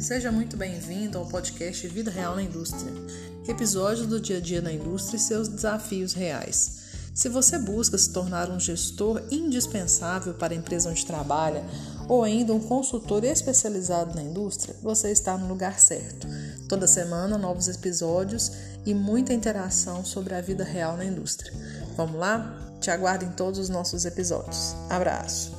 Seja muito bem-vindo ao podcast Vida Real na Indústria, episódio do dia a dia na indústria e seus desafios reais. Se você busca se tornar um gestor indispensável para a empresa onde trabalha ou ainda um consultor especializado na indústria, você está no lugar certo. Toda semana, novos episódios e muita interação sobre a vida real na indústria. Vamos lá? Te aguardo em todos os nossos episódios. Abraço!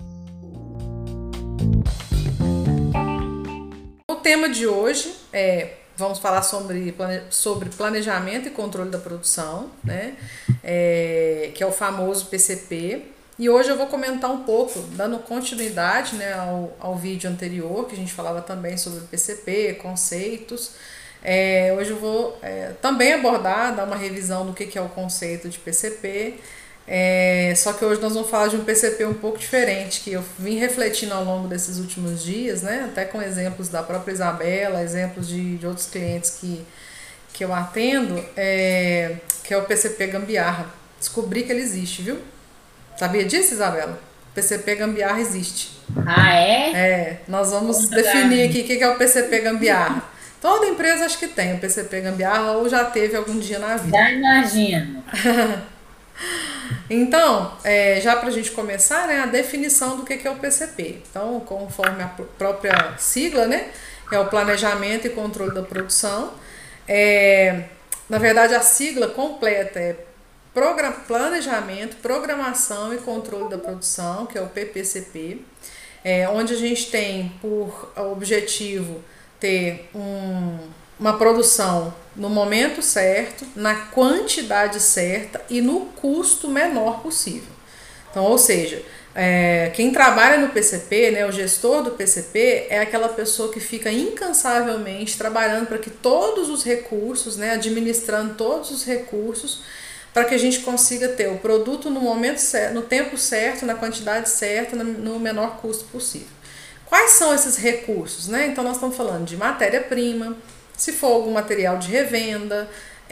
O tema de hoje vamos falar sobre planejamento e controle da produção, né? Que é o famoso PCP. E hoje eu vou comentar um pouco, dando continuidade, né, ao vídeo anterior, que a gente falava também sobre PCP, conceitos. Hoje eu vou também abordar, dar uma revisão do que é o conceito de PCP. Só que hoje nós vamos falar de um PCP um pouco diferente, que eu vim refletindo ao longo desses últimos dias, né? Até com exemplos da própria Isabela, exemplos de outros clientes que eu atendo, que é o PCP Gambiarra. Descobri que ele existe, viu? Sabia disso, Isabela? O PCP Gambiarra existe. Ah, é? Nós vamos definir aqui o que é o PCP Gambiarra. Toda empresa acho que tem o PCP Gambiarra ou já teve algum dia na vida. Já imagino. Então, já para a gente começar, né, a definição do que é o PCP. Então, conforme a própria sigla, né, é o planejamento e controle da produção. Na verdade, a sigla completa é planejamento, programação e controle da produção, que é o PPCP, onde a gente tem por objetivo ter uma produção no momento certo, na quantidade certa e no custo menor possível. Então, ou seja, quem trabalha no PCP, né, o gestor do PCP, é aquela pessoa que fica incansavelmente trabalhando para que todos os recursos, né, administrando todos os recursos, para que a gente consiga ter o produto no momento certo, no tempo certo, na quantidade certa, no menor custo possível. Quais são esses recursos, né? Então nós estamos falando de matéria-prima, se for algum material de revenda,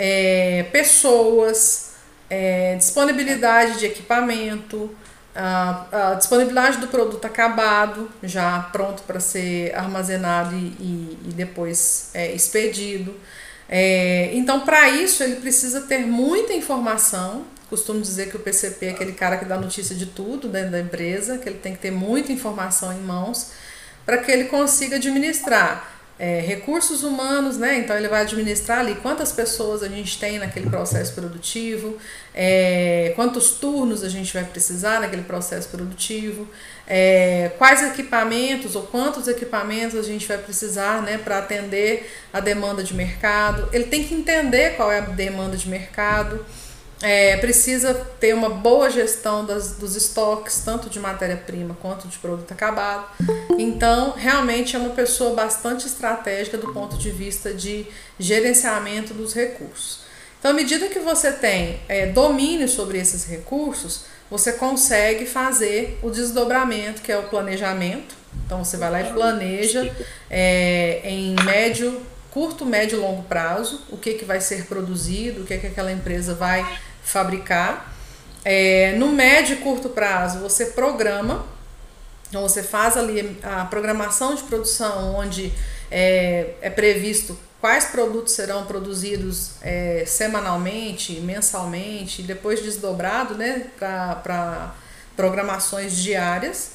pessoas, disponibilidade de equipamento, a disponibilidade do produto acabado, já pronto para ser armazenado e depois expedido. Então, para isso, ele precisa ter muita informação. Costumo dizer que o PCP é aquele cara que dá notícia de tudo dentro da empresa, que ele tem que ter muita informação em mãos para que ele consiga administrar recursos humanos, né? Então ele vai administrar ali quantas pessoas a gente tem naquele processo produtivo, quantos turnos a gente vai precisar naquele processo produtivo, quais equipamentos ou quantos equipamentos a gente vai precisar, né, para atender a demanda de mercado. Ele tem que entender qual é a demanda de mercado. Precisa ter uma boa gestão dos estoques, tanto de matéria-prima quanto de produto acabado. Então, realmente é uma pessoa bastante estratégica do ponto de vista de gerenciamento dos recursos. Então, à medida que você tem domínio sobre esses recursos, você consegue fazer o desdobramento, que é o planejamento. Então, você vai lá e planeja em curto, médio e longo prazo, o que vai ser produzido, o que aquela empresa vai fabricar. No médio e curto prazo, você programa, então você faz ali a programação de produção, onde é previsto quais produtos serão produzidos semanalmente, mensalmente, e depois desdobrado, né, para programações diárias.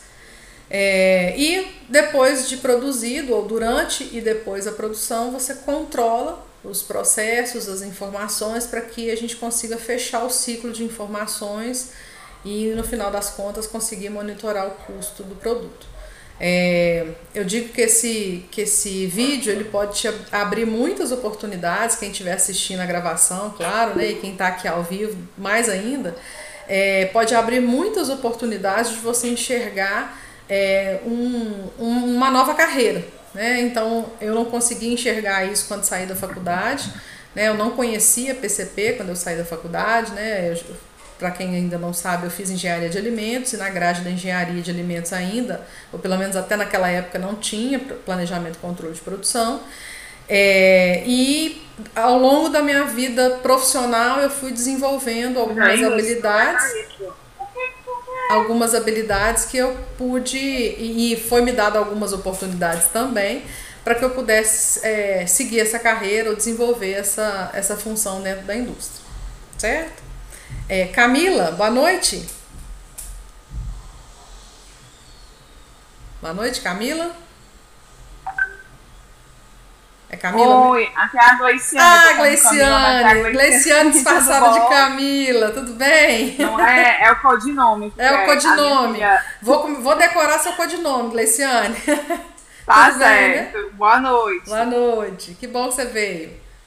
E depois de produzido, ou durante e depois a produção, você controla os processos, as informações, para que a gente consiga fechar o ciclo de informações e no final das contas conseguir monitorar o custo do produto. Eu digo que esse vídeo ele pode te abrir muitas oportunidades, quem estiver assistindo a gravação, claro, né, e quem está aqui ao vivo, mais ainda, pode abrir muitas oportunidades de você enxergar uma nova carreira, né? Então eu não consegui enxergar isso quando saí da faculdade, né? Eu não conhecia PCP quando eu saí da faculdade, né? Para quem ainda não sabe, eu fiz engenharia de alimentos e na grade da engenharia de alimentos ainda, ou pelo menos até naquela época, não tinha planejamento e controle de produção. E ao longo da minha vida profissional eu fui desenvolvendo algumas habilidades que eu pude, e foi me dado algumas oportunidades também para que eu pudesse seguir essa carreira ou desenvolver essa função dentro da indústria, certo? Camila, boa noite. Boa noite, Camila. Camila? Oi, aqui é a Gleiciane. Gleiciane. Gleiciane disfarçada de Camila, tudo bem? Não é o codinome. O codinome. Vou decorar seu codinome, Gleiciane. Tá tudo certo. Bem, né? Boa noite. Boa noite. Que bom que você veio.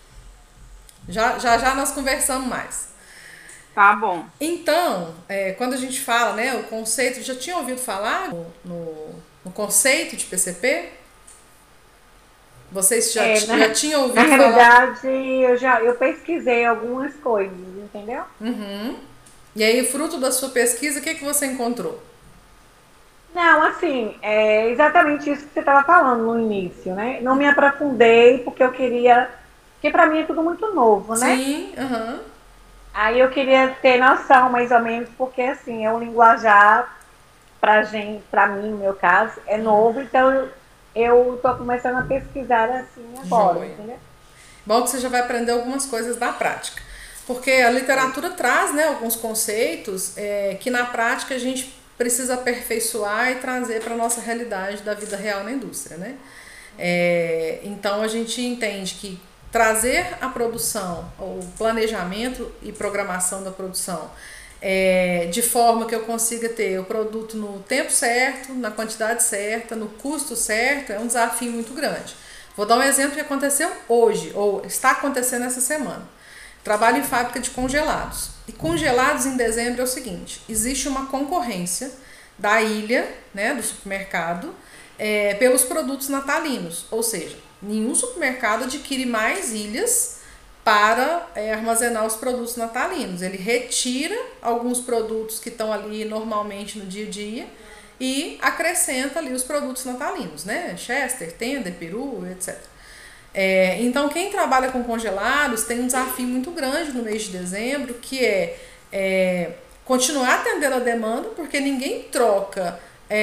Já nós conversamos mais. Tá bom. Então, quando a gente fala, né, o conceito, já tinha ouvido falar no conceito de PCP? Vocês já tinham ouvido falar? Na verdade, eu pesquisei algumas coisas, entendeu? Uhum. E aí, fruto da sua pesquisa, o que você encontrou? Não, assim, é exatamente isso que você estava falando no início, né? Não me aprofundei porque eu queria... Porque para mim é tudo muito novo, né? Sim, aham. Aí eu queria ter noção, mais ou menos, porque, assim, é um linguajar para mim, no meu caso, é novo, então... Eu estou começando a pesquisar assim agora, entendeu? Bom que você já vai aprender algumas coisas da prática. Porque a literatura traz, né, alguns conceitos que na prática a gente precisa aperfeiçoar e trazer para a nossa realidade da vida real na indústria, né? Então a gente entende que trazer a produção, o planejamento e programação da produção de forma que eu consiga ter o produto no tempo certo, na quantidade certa, no custo certo, é um desafio muito grande. Vou dar um exemplo que aconteceu hoje, ou está acontecendo essa semana. Trabalho em fábrica de congelados. E congelados em dezembro é o seguinte, existe uma concorrência da ilha, né, do supermercado, pelos produtos natalinos. Ou seja, nenhum supermercado adquire mais ilhas para armazenar os produtos natalinos. Ele retira alguns produtos que estão ali normalmente no dia a dia e acrescenta ali os produtos natalinos, né? Chester, tender, peru, etc. Então, quem trabalha com congelados tem um desafio muito grande no mês de dezembro, que continuar atendendo a demanda, porque ninguém troca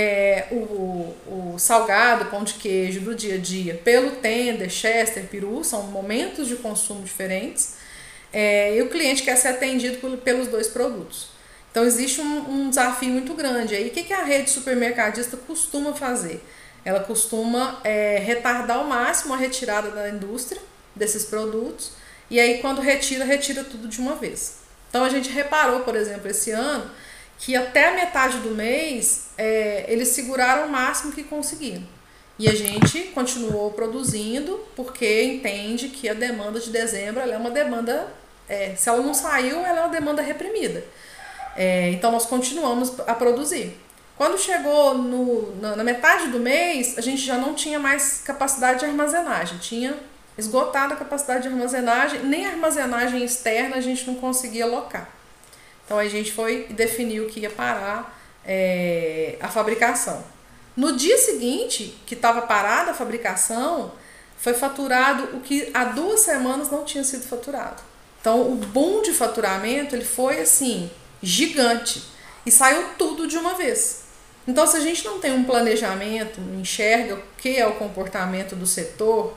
o salgado, pão de queijo do dia a dia pelo tender, chester, peru, são momentos de consumo diferentes, e o cliente quer ser atendido pelos dois produtos. Então existe um desafio muito grande. Aí o que a rede supermercadista costuma fazer? Ela costuma retardar ao máximo a retirada da indústria desses produtos, e aí quando retira tudo de uma vez. Então a gente reparou, por exemplo, esse ano, que até a metade do mês eles seguraram o máximo que conseguiram. E a gente continuou produzindo porque entende que a demanda de dezembro ela é uma demanda, se ela não saiu, ela é uma demanda reprimida. Então nós continuamos a produzir. Quando chegou na metade do mês, a gente já não tinha mais capacidade de armazenagem, tinha esgotado a capacidade de armazenagem, nem a armazenagem externa a gente não conseguia alocar. Então a gente foi e definiu que ia parar a fabricação. No dia seguinte, que estava parada a fabricação, foi faturado o que há 2 semanas não tinha sido faturado. Então o boom de faturamento ele foi assim, gigante. E saiu tudo de uma vez. Então se a gente não tem um planejamento, enxerga o que é o comportamento do setor,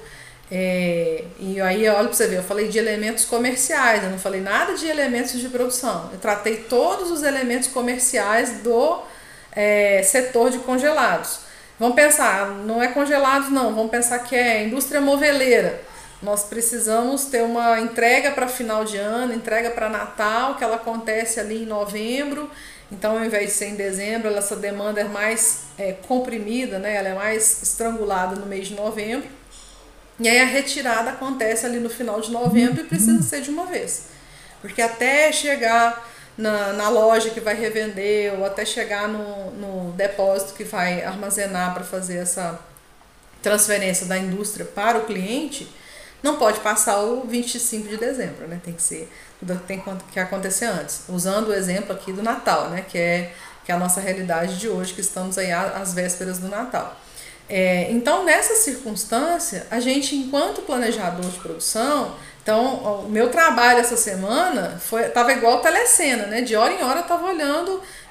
e aí olha para você ver, eu falei de elementos comerciais, eu não falei nada de elementos de produção, eu tratei todos os elementos comerciais do setor de congelados. Vamos pensar, não é congelados não, vamos pensar que é indústria moveleira. Nós precisamos ter uma entrega para final de ano, entrega para Natal, que ela acontece ali em novembro. Então, ao invés de ser em dezembro, essa demanda é mais comprimida, né? Ela é mais estrangulada no mês de novembro. E aí a retirada acontece ali no final de novembro e precisa ser de uma vez. Porque até chegar na loja que vai revender ou até chegar no depósito que vai armazenar para fazer essa transferência da indústria para o cliente, não pode passar o 25 de dezembro, né? Tem que acontecer antes. Usando o exemplo aqui do Natal, né? Que é a nossa realidade de hoje, que estamos aí às vésperas do Natal. Então, nessa circunstância, a gente, enquanto planejador de produção, então, o meu trabalho essa semana estava igual telecena, né? De hora em hora eu estava olhando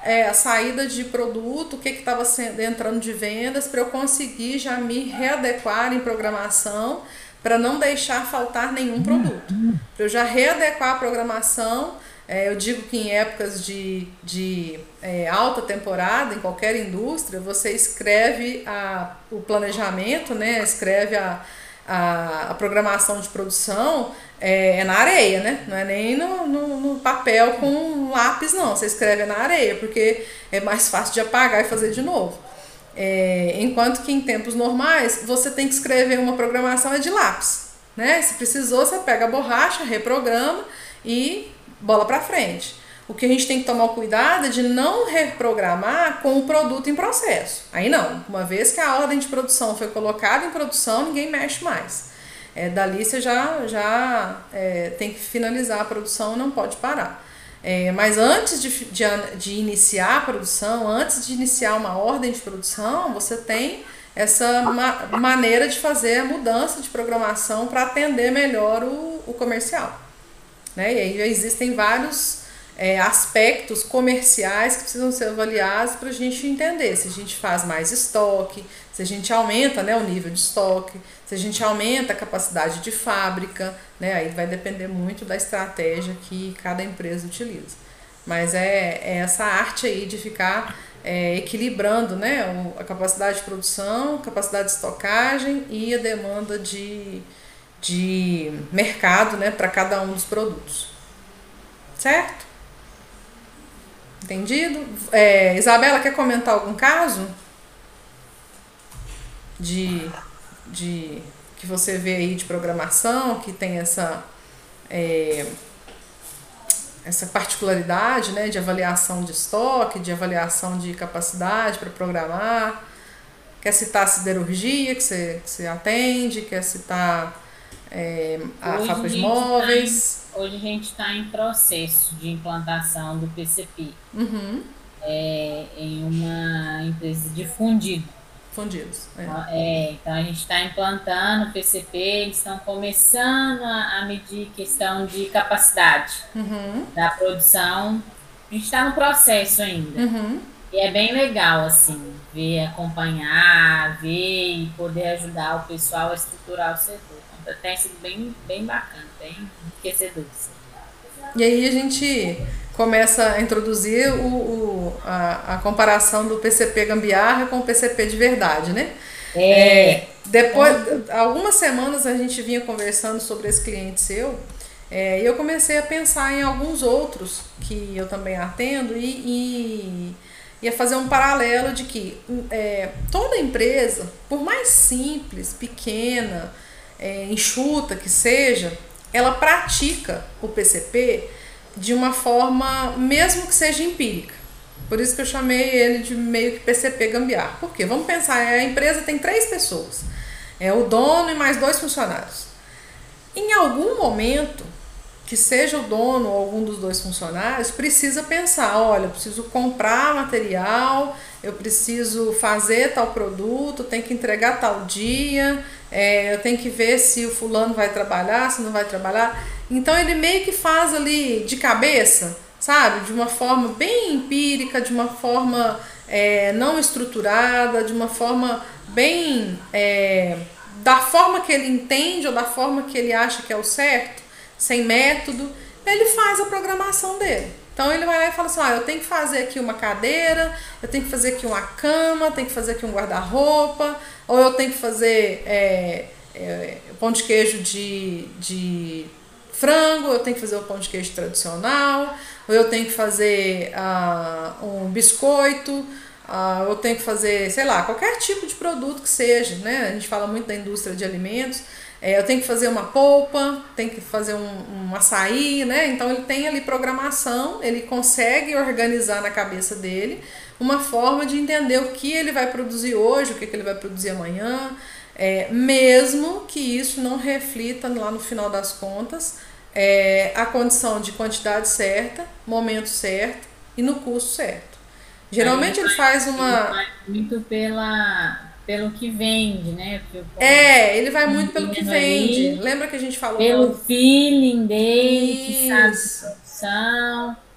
a saída de produto, o que estava entrando de vendas, para eu conseguir já me readequar em programação, para não deixar faltar nenhum produto. Para eu já readequar a programação, eu digo que em épocas de alta temporada, em qualquer indústria, você escreve o planejamento, né? Escreve a programação de produção na areia, né? Não é nem no papel com lápis, não. Você escreve na areia, porque é mais fácil de apagar e fazer de novo. Enquanto que em tempos normais, você tem que escrever uma programação de lápis, né? Se precisou, você pega a borracha, reprograma e bola para frente. O que a gente tem que tomar cuidado é de não reprogramar com o produto em processo. Aí não, uma vez que a ordem de produção foi colocada em produção, ninguém mexe mais. Dali você já tem que finalizar a produção e não pode parar. Mas antes de iniciar a produção, antes de iniciar uma ordem de produção, você tem essa maneira de fazer a mudança de programação para atender melhor o comercial. Né? E aí já existem vários aspectos comerciais que precisam ser avaliados para a gente entender se a gente faz mais estoque, se a gente aumenta, né, o nível de estoque, se a gente aumenta a capacidade de fábrica, né? Aí vai depender muito da estratégia que cada empresa utiliza. Mas é essa arte aí de ficar equilibrando, né, a capacidade de produção, capacidade de estocagem e a demanda de mercado, né, para cada um dos produtos. Certo? Entendido? Isabela, quer comentar algum caso de que você vê aí de programação que tem essa particularidade, né, de avaliação de estoque, de avaliação de capacidade para programar? Quer citar a siderurgia que você atende? Quer citar a fábrica de móveis? Hoje a gente está em processo de implantação do PCP em uma empresa de fundidos. Então a gente está implantando o PCP, eles estão começando a medir questão de capacidade da produção. A gente está no processo ainda. E é bem legal, assim, acompanhar, ver e poder ajudar o pessoal a estruturar o setor. Então, tem sido bem bacana, bem enriquecedor. E aí a gente começa a introduzir a comparação do PCP gambiarra com o PCP de verdade, né? Depois, algumas semanas a gente vinha conversando sobre esse cliente seu, e eu comecei a pensar em alguns outros que eu também atendo e a fazer um paralelo de que toda empresa, por mais simples, pequena, enxuta que seja, ela pratica o PCP de uma forma, mesmo que seja empírica. Por isso que eu chamei ele de meio que PCP gambiarra. Por quê? Vamos pensar, a empresa tem 3 pessoas. O dono e mais 2 funcionários. Em algum momento, que seja o dono ou algum dos 2 funcionários, precisa pensar, olha, eu preciso comprar material, eu preciso fazer tal produto, tenho que entregar tal dia, eu tenho que ver se o fulano vai trabalhar, se não vai trabalhar. Então ele meio que faz ali de cabeça, sabe? De uma forma bem empírica, de uma forma não estruturada, de uma forma bem... da forma que ele entende ou da forma que ele acha que é o certo, sem método, ele faz a programação dele. Então ele vai lá e fala assim, eu tenho que fazer aqui uma cadeira, eu tenho que fazer aqui uma cama, tenho que fazer aqui um guarda-roupa, ou eu tenho que fazer pão de queijo de frango, eu tenho que fazer o pão de queijo tradicional, ou eu tenho que fazer um biscoito, eu tenho que fazer, sei lá, qualquer tipo de produto que seja, né? A gente fala muito da indústria de alimentos. Eu tenho que fazer uma polpa, tenho que fazer um açaí, né? Então ele tem ali programação, ele consegue organizar na cabeça dele uma forma de entender o que ele vai produzir hoje, o que ele vai produzir amanhã, mesmo que isso não reflita lá no final das contas a condição de quantidade certa, momento certo e no custo certo. Geralmente ele faz uma... Ele vai muito pelo que vende, né? Ele vai muito pelo que vende. Lembra que a gente falou? Pelo feeling dele, que sabe de produção.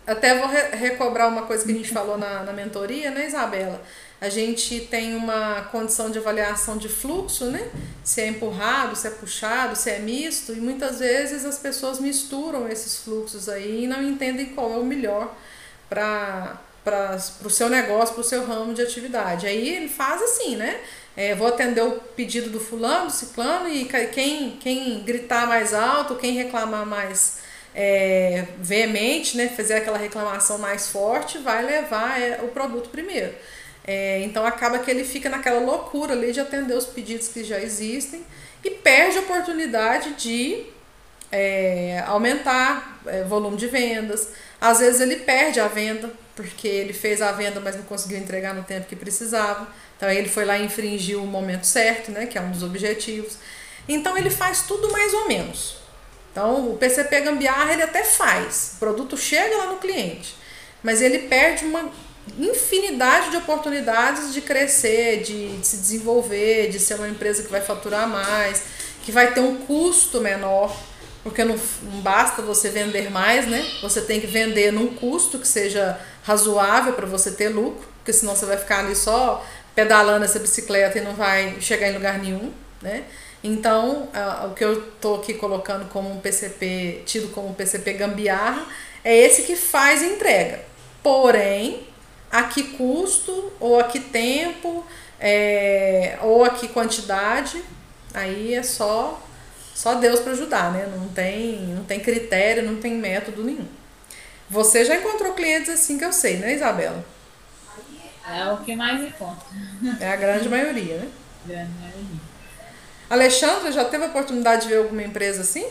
Até vou recobrar uma coisa que a gente falou na mentoria, né, Isabela? A gente tem uma condição de avaliação de fluxo, né? Se é empurrado, se é puxado, se é misto, e muitas vezes as pessoas misturam esses fluxos aí e não entendem qual é o melhor para o seu negócio, para o seu ramo de atividade. Aí ele faz assim, né? Vou atender o pedido do fulano, do ciclano, e quem gritar mais alto, quem reclamar mais veemente, né? Fazer aquela reclamação mais forte, vai levar o produto primeiro. Então acaba que ele fica naquela loucura ali de atender os pedidos que já existem e perde a oportunidade de aumentar volume de vendas. Às vezes ele perde a venda, porque ele fez a venda, mas não conseguiu entregar no tempo que precisava. Então ele foi lá e infringiu o momento certo, né, que é um dos objetivos. Então ele faz tudo mais ou menos. Então o PCP Gambiarra ele até faz, o produto chega lá no cliente, mas ele perde uma infinidade de oportunidades de crescer, de se desenvolver, de ser uma empresa que vai faturar mais, que vai ter um custo menor, porque não basta você vender mais, né? Você tem que vender num custo que seja razoável para você ter lucro, porque senão você vai ficar ali só pedalando essa bicicleta e não vai chegar em lugar nenhum, né? Então, o que eu tô aqui colocando como um PCP, tido como um PCP Gambiarra, é esse que faz entrega. Porém, a que custo, ou a que tempo, ou a que quantidade, aí é só Deus para ajudar, né? Não tem critério, não tem método nenhum. Você já encontrou clientes assim que eu sei, né, Isabela? É o que mais encontra. É a grande maioria, né? Grande maioria. Alexandra, já teve a oportunidade de ver alguma empresa assim?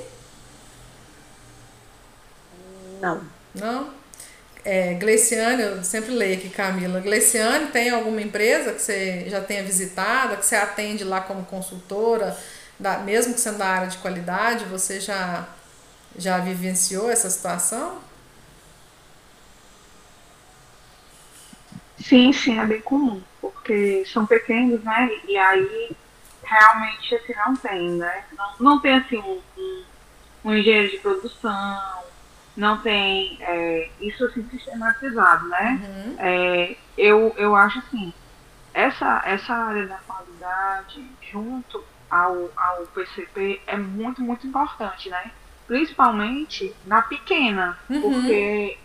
Não. Não? Gleiciane, eu sempre leio aqui, Camila. Gleiciane, tem alguma empresa que você já tenha visitado, que você atende lá como consultora, mesmo que sendo da área de qualidade, você já vivenciou essa situação? Sim, é bem comum, porque são pequenos, né? E aí realmente assim não tem, né? Não tem assim um engenheiro de produção, não tem isso assim sistematizado, né? Uhum. Eu acho assim, essa área da qualidade junto ao PCP é muito, muito importante, né? Principalmente na pequena, porque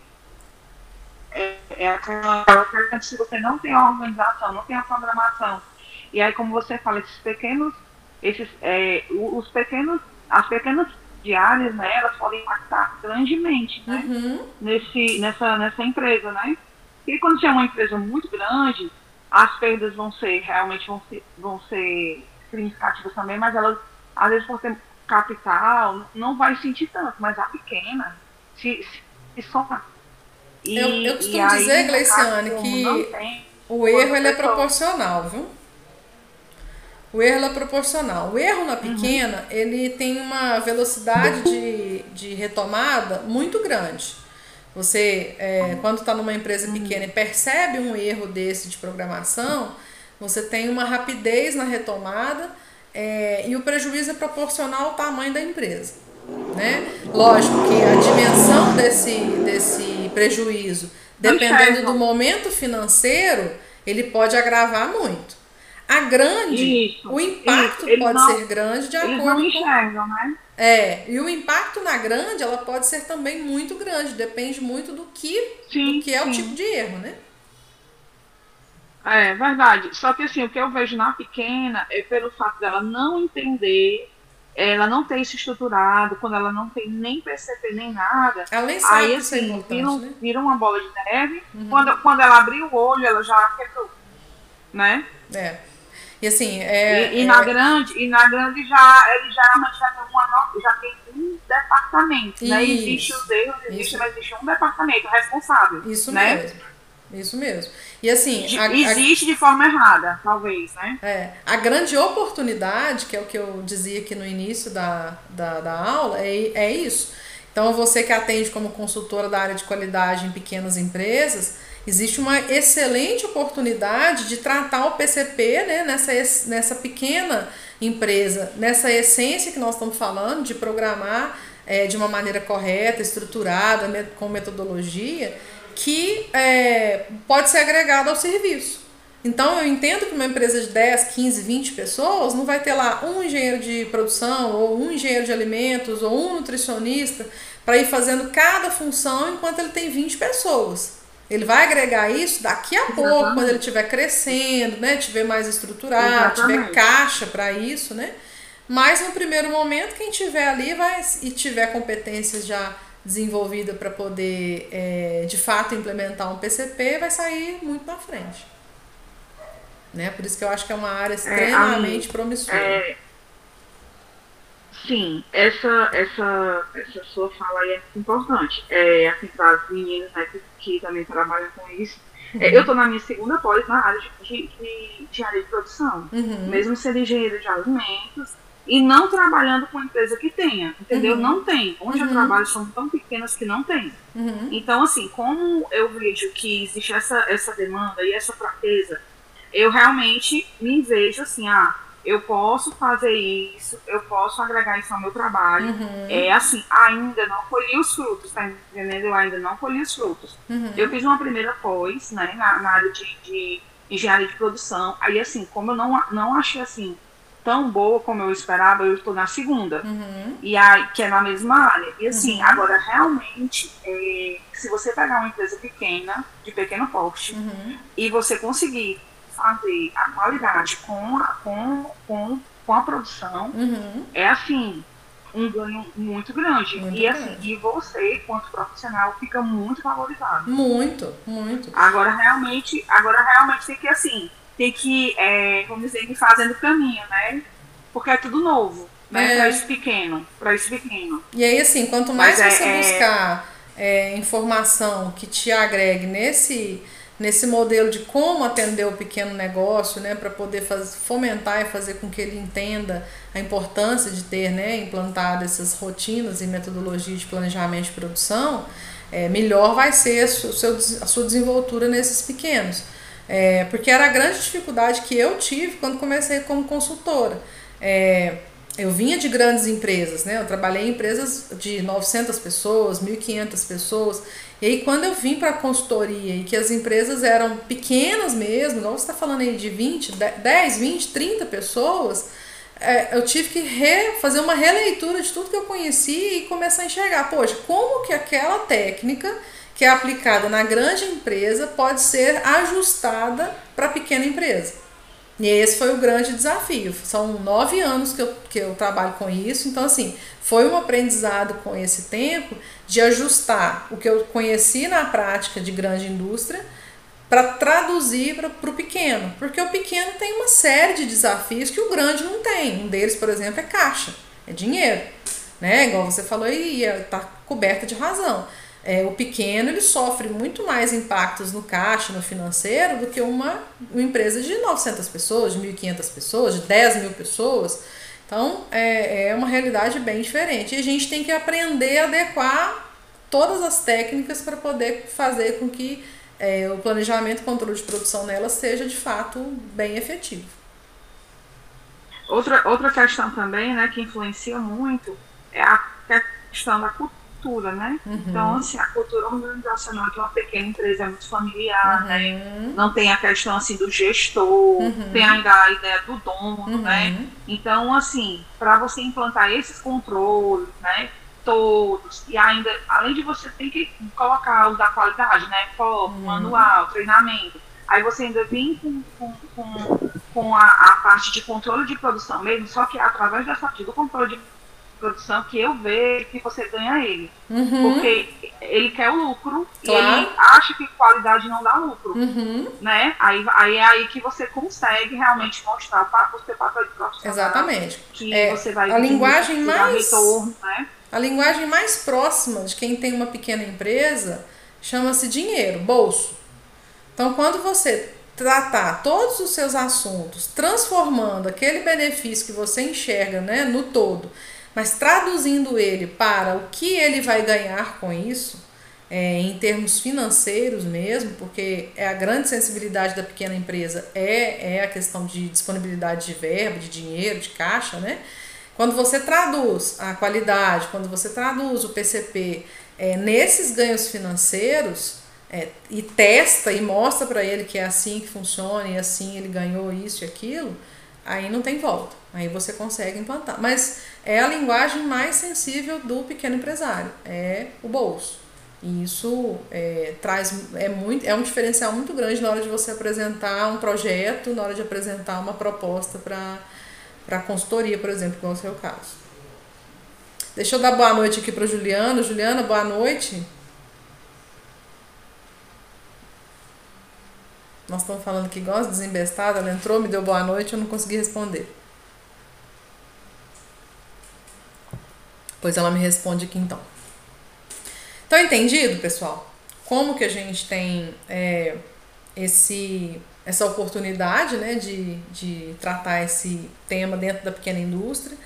aquela se você não tem a organização, não tem a programação, e aí como você fala, as pequenas diárias, né, elas podem impactar grandemente, né, nessa empresa, né? E quando você é uma empresa muito grande, as perdas vão ser significativas também, mas elas, às vezes, por ter capital, não vai sentir tanto, mas a pequena se soma. Eu costumo dizer, Gleiciane, que o erro ele é proporcional, viu? O erro é proporcional. O erro na pequena, ele tem uma velocidade de retomada muito grande. Você, quando está numa empresa pequena e percebe um erro desse de programação, você tem uma rapidez na retomada e o prejuízo é proporcional ao tamanho da empresa, né? Lógico que a dimensão desse prejuízo, dependendo do momento financeiro, ele pode agravar muito. A grande, o impacto pode ser grande de acordo com... Eles não enxergam, né? E o impacto na grande, ela pode ser também muito grande, depende muito do que é o tipo de erro, né? É verdade. Só que assim, o que eu vejo na pequena é pelo fato dela não entender, ela não ter isso estruturado, quando ela não tem nem PCP nem nada. Ela nem sabe aí assim, né? vira uma bola de neve. Quando ela abrir o olho, ela já quebrou, né? E assim, na grande ele já tem um departamento, né? Existe os erros, mas existe um departamento responsável. Isso, né? mesmo. Isso mesmo. E assim, existe de forma errada, talvez, né? A grande oportunidade, que é o que eu dizia aqui no início da aula, é isso. Então, você que atende como consultora da área de qualidade em pequenas empresas, existe uma excelente oportunidade de tratar o PCP, né, nessa pequena empresa, nessa essência que nós estamos falando, de programar de uma maneira correta, estruturada, com metodologia, que pode ser agregado ao serviço. Então, eu entendo que uma empresa de 10, 15, 20 pessoas não vai ter lá um engenheiro de produção, ou um engenheiro de alimentos, ou um nutricionista, para ir fazendo cada função enquanto ele tem 20 pessoas. Ele vai agregar isso daqui a pouco, quando ele estiver crescendo, né, tiver mais estruturado, tiver caixa para isso, né? Mas no primeiro momento, quem tiver ali e tiver competências já desenvolvidas para poder, de fato, implementar um PCP, vai sair muito na frente. Né? Por isso que eu acho que é uma área extremamente promissora. Sim, essa sua fala aí é muito importante. Assim, para as meninas, né, que também trabalham com isso. Eu estou na minha segunda pós na área de área de produção. Mesmo sendo engenheiro de alimentos e não trabalhando com empresa que tenha, entendeu? Não tem. Onde eu trabalho são tão pequenas que não tem. Então, assim, como eu vejo que existe essa demanda e essa fraqueza, eu realmente me vejo assim, eu posso fazer isso, eu posso agregar isso ao meu trabalho. Assim, ainda não colhi os frutos, tá entendendo? Eu ainda não colhi os frutos. Eu fiz uma primeira pós, né, na área de engenharia de produção. Aí, assim, como eu não achei, assim, tão boa como eu esperava, eu estou na segunda. E aí, que é na mesma área. E, assim, agora, realmente, se você pegar uma empresa pequena, de pequeno porte, e você conseguir fazer a qualidade com a produção, é assim, um ganho muito grande. E você, quanto profissional, fica muito valorizado. Muito. Agora realmente tem que vamos dizer, ir fazendo caminho, né? Porque é tudo novo, né? Para esse pequeno. E aí, assim, quanto mais você buscar informação que te agregue nesse modelo de como atender o pequeno negócio, né, para poder fomentar e fazer com que ele entenda a importância de ter, né, implantado essas rotinas e metodologias de planejamento de produção, melhor vai ser a sua desenvoltura nesses pequenos. Porque era a grande dificuldade que eu tive quando comecei como consultora. Eu vinha de grandes empresas, né? Eu trabalhei em empresas de 900 pessoas, 1.500 pessoas. E aí, quando eu vim para a consultoria e que as empresas eram pequenas mesmo, igual você está falando aí de 10, 20, 30 pessoas, eu tive que fazer uma releitura de tudo que eu conheci e começar a enxergar, poxa, como que aquela técnica que é aplicada na grande empresa pode ser ajustada para a pequena empresa. E esse foi o grande desafio. São 9 anos que eu trabalho com isso. Então, assim, foi um aprendizado com esse tempo de ajustar o que eu conheci na prática de grande indústria para traduzir para o pequeno. Porque o pequeno tem uma série de desafios que o grande não tem. Um deles, por exemplo, é caixa, é dinheiro. Né? Igual você falou, e está coberta de razão. O pequeno ele sofre muito mais impactos no caixa, no financeiro, do que uma empresa de 900 pessoas, de 1.500 pessoas, de 10 mil pessoas. Então, é uma realidade bem diferente. E a gente tem que aprender a adequar todas as técnicas para poder fazer com que o planejamento e controle de produção nela seja, de fato, bem efetivo. Outra questão também, né, que influencia muito é a questão da cultura. Né? Então, assim, a cultura organizacional de uma pequena empresa é muito familiar, né? Não tem a questão assim do gestor, tem ainda a ideia do dono, né? Então, assim, para você implantar esses controles, né, todos, e ainda, além de você ter que colocar os da qualidade, né, manual, treinamento, aí você ainda vem com a parte de controle de produção mesmo, só que através do controle de produção que eu vejo que você ganha ele. Porque ele quer o lucro, claro. E ele acha que qualidade não dá lucro. Né? Aí é aí que você consegue realmente mostrar para o seu papel de profissional. Exatamente. Que você vai a linguagem mais retorno, né? A linguagem mais próxima de quem tem uma pequena empresa chama-se dinheiro, bolso. Então, quando você tratar todos os seus assuntos, transformando aquele benefício que você enxerga, né, no todo, mas traduzindo ele para o que ele vai ganhar com isso, em termos financeiros mesmo, porque a grande sensibilidade da pequena empresa é a questão de disponibilidade de verba, de dinheiro, de caixa, né? Quando você traduz a qualidade, quando você traduz o PCP nesses ganhos financeiros, e testa e mostra para ele que é assim que funciona e assim ele ganhou isso e aquilo, aí não tem volta. Aí você consegue implantar. Mas é a linguagem mais sensível do pequeno empresário, é o bolso. E isso é um diferencial muito grande na hora de você apresentar um projeto, na hora de apresentar uma proposta para consultoria, por exemplo, como é o seu caso. Deixa eu dar boa noite aqui para Juliana. Juliana, boa noite. Nós estamos falando que gosta de desembestada, ela entrou, me deu boa noite, eu não consegui responder. Pois ela me responde aqui então. Então, entendido, pessoal? Como que a gente tem essa oportunidade, né, de tratar esse tema dentro da pequena indústria.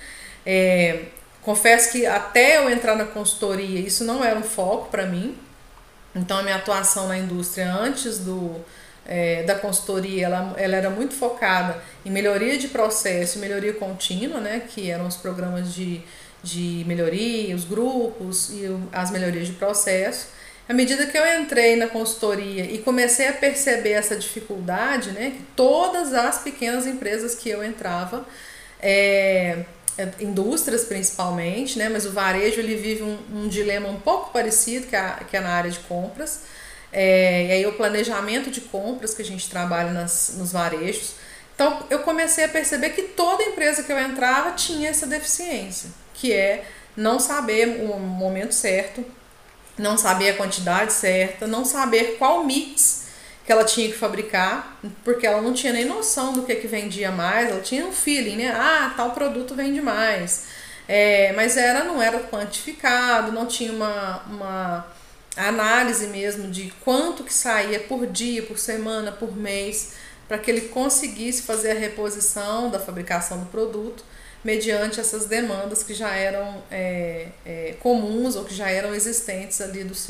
Confesso que até eu entrar na consultoria, isso não era um foco para mim. Então, a minha atuação na indústria antes da consultoria, ela era muito focada em melhoria de processo e melhoria contínua, né, que eram os programas de melhoria, os grupos e as melhorias de processo. À medida que eu entrei na consultoria e comecei a perceber essa dificuldade, né, que todas as pequenas empresas que eu entrava, indústrias principalmente, né, mas o varejo ele vive um dilema um pouco parecido que é na área de compras, e aí o planejamento de compras que a gente trabalha nos varejos. Então eu comecei a perceber que toda empresa que eu entrava tinha essa deficiência, que é não saber o momento certo, não saber a quantidade certa, não saber qual mix que ela tinha que fabricar, porque ela não tinha nem noção do que vendia mais, ela tinha um feeling, né? Ah, tal produto vende mais. Mas não era quantificado, não tinha uma análise mesmo de quanto que saía por dia, por semana, por mês, para que ele conseguisse fazer a reposição da fabricação do produto mediante essas demandas que já eram comuns ou que já eram existentes ali do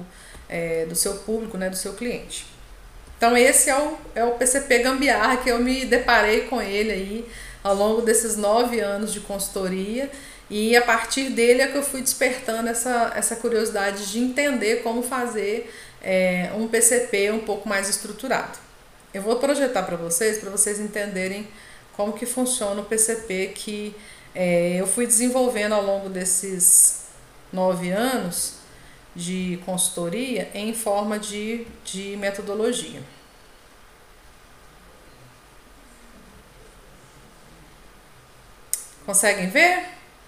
seu público, né, do seu cliente. Então esse é o PCP gambiarra que eu me deparei com ele aí ao longo desses 9 anos de consultoria, e a partir dele é que eu fui despertando essa curiosidade de entender como fazer um PCP um pouco mais estruturado. Eu vou projetar para vocês entenderem como que funciona o PCP que eu fui desenvolvendo ao longo desses 9 anos de consultoria em forma de metodologia. Conseguem ver?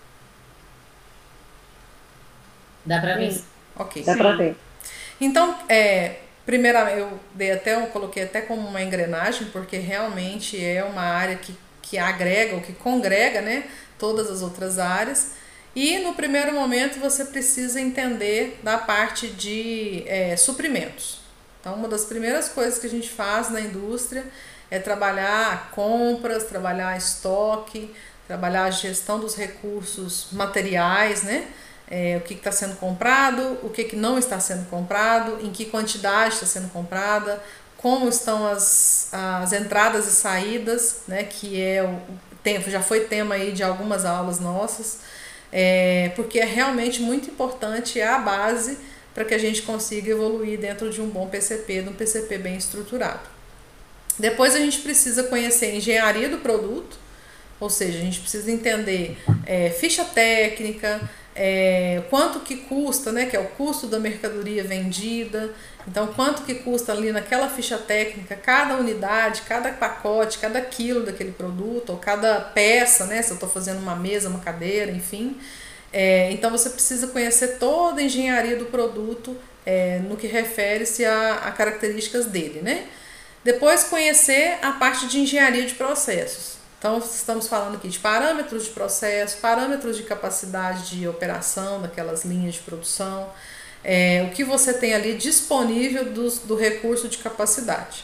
Dá para ver. Ok. Dá para ver. Então, primeiro eu coloquei até como uma engrenagem, porque realmente é uma área que agrega ou que congrega, né, todas as outras áreas. E no primeiro momento você precisa entender da parte de suprimentos. Então, uma das primeiras coisas que a gente faz na indústria é trabalhar compras, trabalhar estoque, trabalhar a gestão dos recursos materiais, né? O que está sendo comprado, o que não está sendo comprado, em que quantidade está sendo comprada, como estão as entradas e saídas, né? Que já foi tema aí de algumas aulas nossas, porque é realmente muito importante, é a base para que a gente consiga evoluir dentro de um bom PCP, de um PCP bem estruturado. Depois a gente precisa conhecer a engenharia do produto, ou seja, a gente precisa entender ficha técnica, quanto que custa, né, que é o custo da mercadoria vendida. Então, quanto que custa ali naquela ficha técnica cada unidade, cada pacote, cada quilo daquele produto, ou cada peça, né, se eu estou fazendo uma mesa, uma cadeira, enfim. Então, você precisa conhecer toda a engenharia do produto no que refere-se a características dele, né? Depois, conhecer a parte de engenharia de processos. Então, estamos falando aqui de parâmetros de processo, parâmetros de capacidade de operação daquelas linhas de produção, o que você tem ali disponível do recurso de capacidade.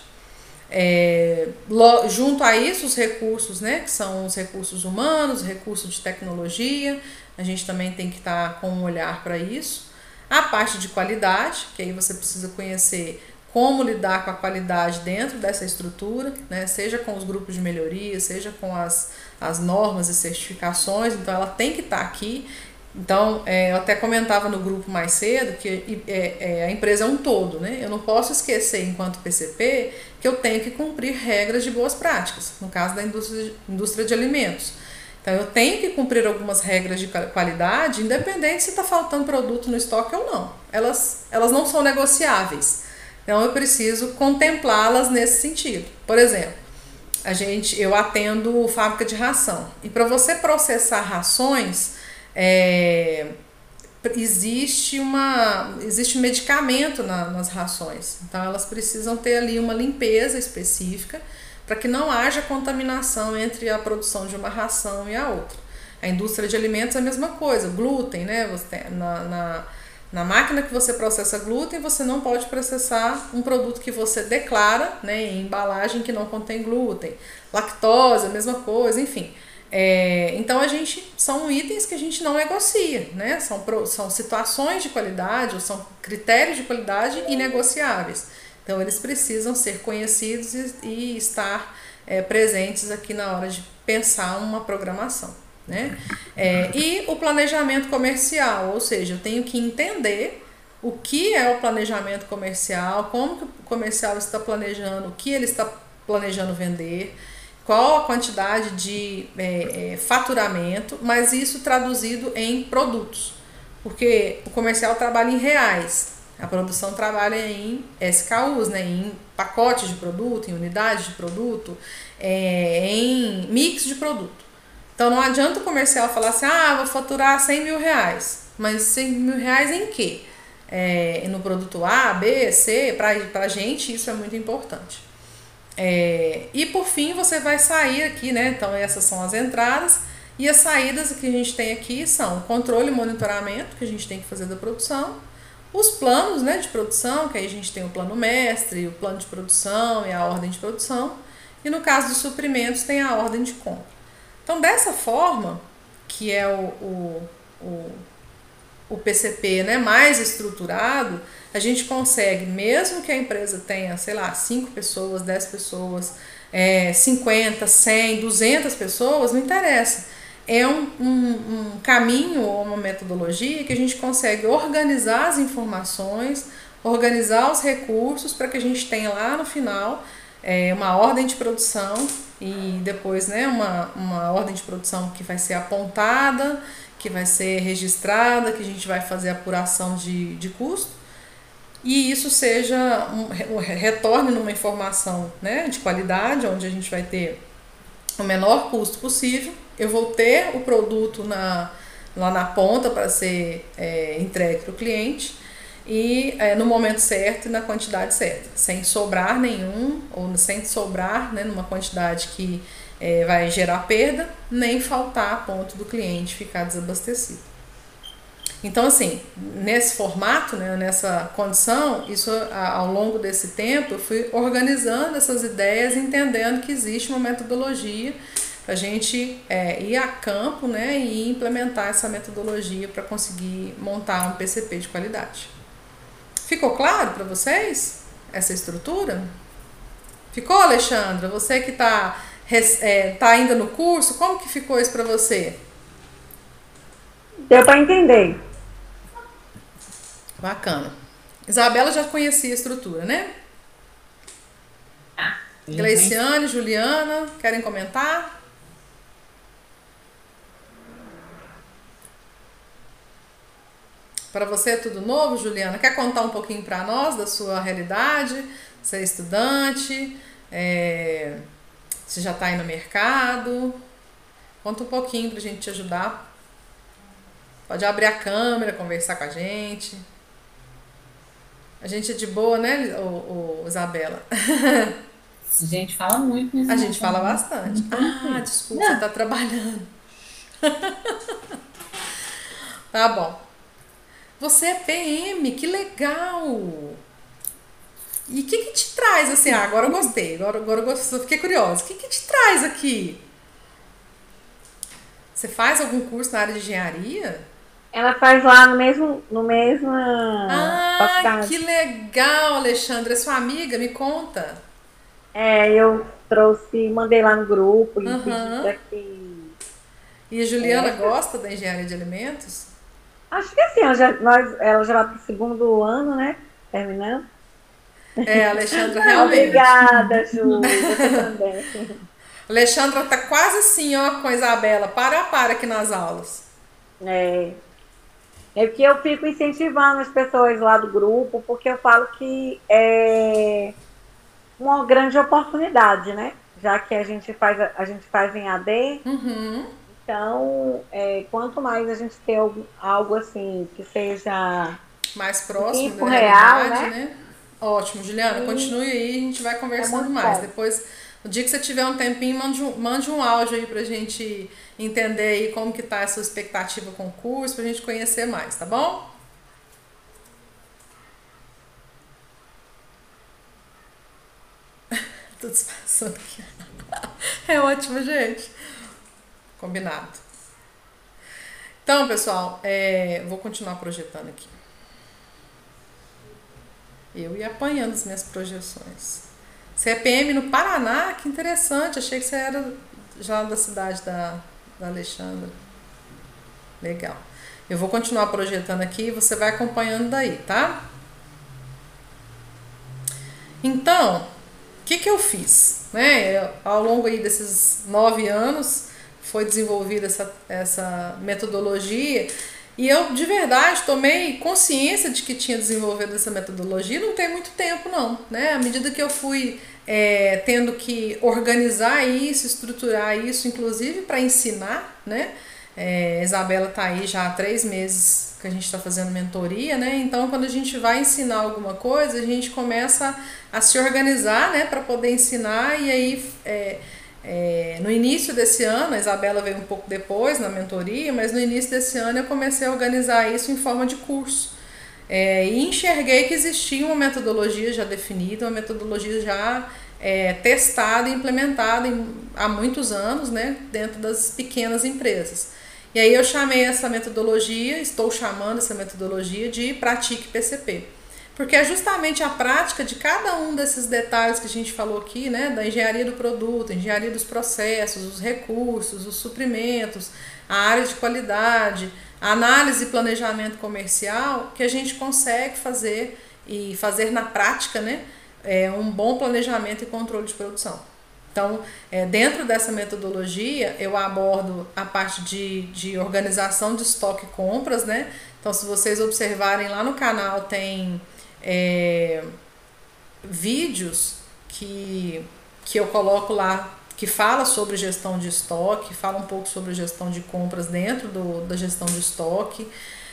Junto a isso, os recursos, né, que são os recursos humanos, recursos de tecnologia, a gente também tem que estar com um olhar para isso. A parte de qualidade, que aí você precisa conhecer como lidar com a qualidade dentro dessa estrutura, né? Seja com os grupos de melhoria, seja com as normas e certificações. Então ela tem que estar aqui. Então eu até comentava no grupo mais cedo que a empresa é um todo, né? Eu não posso esquecer, enquanto PCP, que eu tenho que cumprir regras de boas práticas, no caso da indústria de alimentos. Então eu tenho que cumprir algumas regras de qualidade, independente se está faltando produto no estoque ou não. Elas não são negociáveis. Então eu preciso contemplá-las nesse sentido. Por exemplo, eu atendo fábrica de ração. E para você processar rações, existe medicamento nas rações. Então elas precisam ter ali uma limpeza específica para que não haja contaminação entre a produção de uma ração e a outra. A indústria de alimentos é a mesma coisa. Glúten, né? Na máquina que você processa glúten, você não pode processar um produto que você declara, né, em embalagem que não contém glúten. Lactose, a mesma coisa, enfim. Então são itens que a gente não negocia, né? São situações de qualidade, ou são critérios de qualidade inegociáveis. Então eles precisam ser conhecidos e estar presentes aqui na hora de pensar uma programação, né? E o planejamento comercial, ou seja, eu tenho que entender o que é o planejamento comercial, como que o comercial está planejando, o que ele está planejando vender, qual a quantidade de faturamento, mas isso traduzido em produtos, porque o comercial trabalha em reais, a produção trabalha em SKUs, né, em pacotes de produto, em unidades de produto, em mix de produto. Então não adianta o comercial falar assim, vou faturar 100 mil reais, mas 100 mil reais em quê? No produto A, B, C, pra gente isso é muito importante. E por fim você vai sair aqui, né? Então essas são as entradas, e as saídas que a gente tem aqui são o controle e monitoramento que a gente tem que fazer da produção, os planos, né, de produção, que aí a gente tem o plano mestre, o plano de produção e a ordem de produção, e no caso dos suprimentos tem a ordem de compra. Então dessa forma, que é o PCP, né, mais estruturado, a gente consegue, mesmo que a empresa tenha, sei lá, 5 pessoas, 10 pessoas, 50, 100, 200 pessoas, não interessa. É um caminho ou uma metodologia que a gente consegue organizar as informações, organizar os recursos para que a gente tenha lá no final uma ordem de produção e depois, né, uma ordem de produção que vai ser apontada, que vai ser registrada, que a gente vai fazer apuração de custo, e isso retorne numa informação, né, de qualidade, onde a gente vai ter o menor custo possível. Eu vou ter o produto lá na ponta para ser entregue para o cliente e no momento certo e na quantidade certa, sem sobrar nenhum, ou sem sobrar, né, numa quantidade que vai gerar perda, nem faltar a ponto do cliente ficar desabastecido. Então, assim, nesse formato, né, nessa condição, isso ao longo desse tempo eu fui organizando essas ideias, entendendo que existe uma metodologia para a gente ir a campo, né, e implementar essa metodologia para conseguir montar um PCP de qualidade. Ficou claro para vocês essa estrutura? Ficou, Alexandra? Você que tá ainda no curso, como que ficou isso para você? Deu para entender. Bacana. Isabela já conhecia a estrutura, né? Gleiciane, Juliana, querem comentar? Para você é tudo novo, Juliana? Quer contar um pouquinho para nós da sua realidade? Você é estudante? Você já está aí no mercado? Conta um pouquinho para a gente te ajudar. Pode abrir a câmera, conversar com a gente. A gente é de boa, né, Isabela? A gente fala muito, mas a gente fala bastante. Desculpa, você tá trabalhando. Tá bom. Você é PM, que legal! E o que te traz, assim, agora eu gostei, agora eu gostei, fiquei curiosa. O que te traz aqui? Você faz algum curso na área de engenharia? Ela faz lá no mesmo Ah, que legal, Alexandra. É sua amiga? Me conta. Eu trouxe, mandei lá no grupo e pedi para que... E a Juliana gosta da engenharia de alimentos? Acho que assim, ela já vai para o segundo ano, né? Terminando. A Alexandra realmente. Obrigada, Ju. Você também. Alexandra tá quase assim, ó, com a Isabela. Para aqui nas aulas. É que eu fico incentivando as pessoas lá do grupo, porque eu falo que é uma grande oportunidade, né? Já que a gente faz em AD, então quanto mais a gente ter algo assim que seja mais próximo da realidade, realidade, né? Ótimo, Juliana, continue aí, a gente vai conversando mais. Bom. Depois, no dia que você tiver um tempinho, mande um áudio aí pra gente entender aí como que tá essa expectativa com o curso, pra gente conhecer mais, tá bom? Tudo se passando aqui. É ótimo, gente. Combinado. Então, pessoal, vou continuar projetando aqui. Eu ia apanhando as minhas projeções. CPM no Paraná, que interessante. Achei que você era já da cidade da Alexandra. Legal. Eu vou continuar projetando aqui e você vai acompanhando daí, tá? Então, o que eu fiz? Ao longo aí desses 9 anos foi desenvolvida essa metodologia. E eu, de verdade, tomei consciência de que tinha desenvolvido essa metodologia não tem muito tempo, não. Né? À medida que eu fui tendo que organizar isso, estruturar isso, inclusive para ensinar, né? A Isabela está aí já há 3 meses que a gente está fazendo mentoria, né? Então, quando a gente vai ensinar alguma coisa, a gente começa a se organizar, né? Para poder ensinar e aí... no início desse ano, a Isabela veio um pouco depois na mentoria, mas no início desse ano eu comecei a organizar isso em forma de curso. E enxerguei que existia uma metodologia já definida, uma metodologia já testada e implementada há muitos anos, né, dentro das pequenas empresas. E aí eu chamei essa metodologia, estou chamando essa metodologia de Pratique PCP. Porque é justamente a prática de cada um desses detalhes que a gente falou aqui, né, da engenharia do produto, engenharia dos processos, os recursos, os suprimentos, a área de qualidade, a análise e planejamento comercial, que a gente consegue fazer e fazer na prática, né, um bom planejamento e controle de produção. Então, dentro dessa metodologia, eu abordo a parte de organização de estoque e compras, né? Então, se vocês observarem lá no canal, tem vídeos que eu coloco lá que fala sobre gestão de estoque, fala um pouco sobre gestão de compras dentro da gestão de estoque,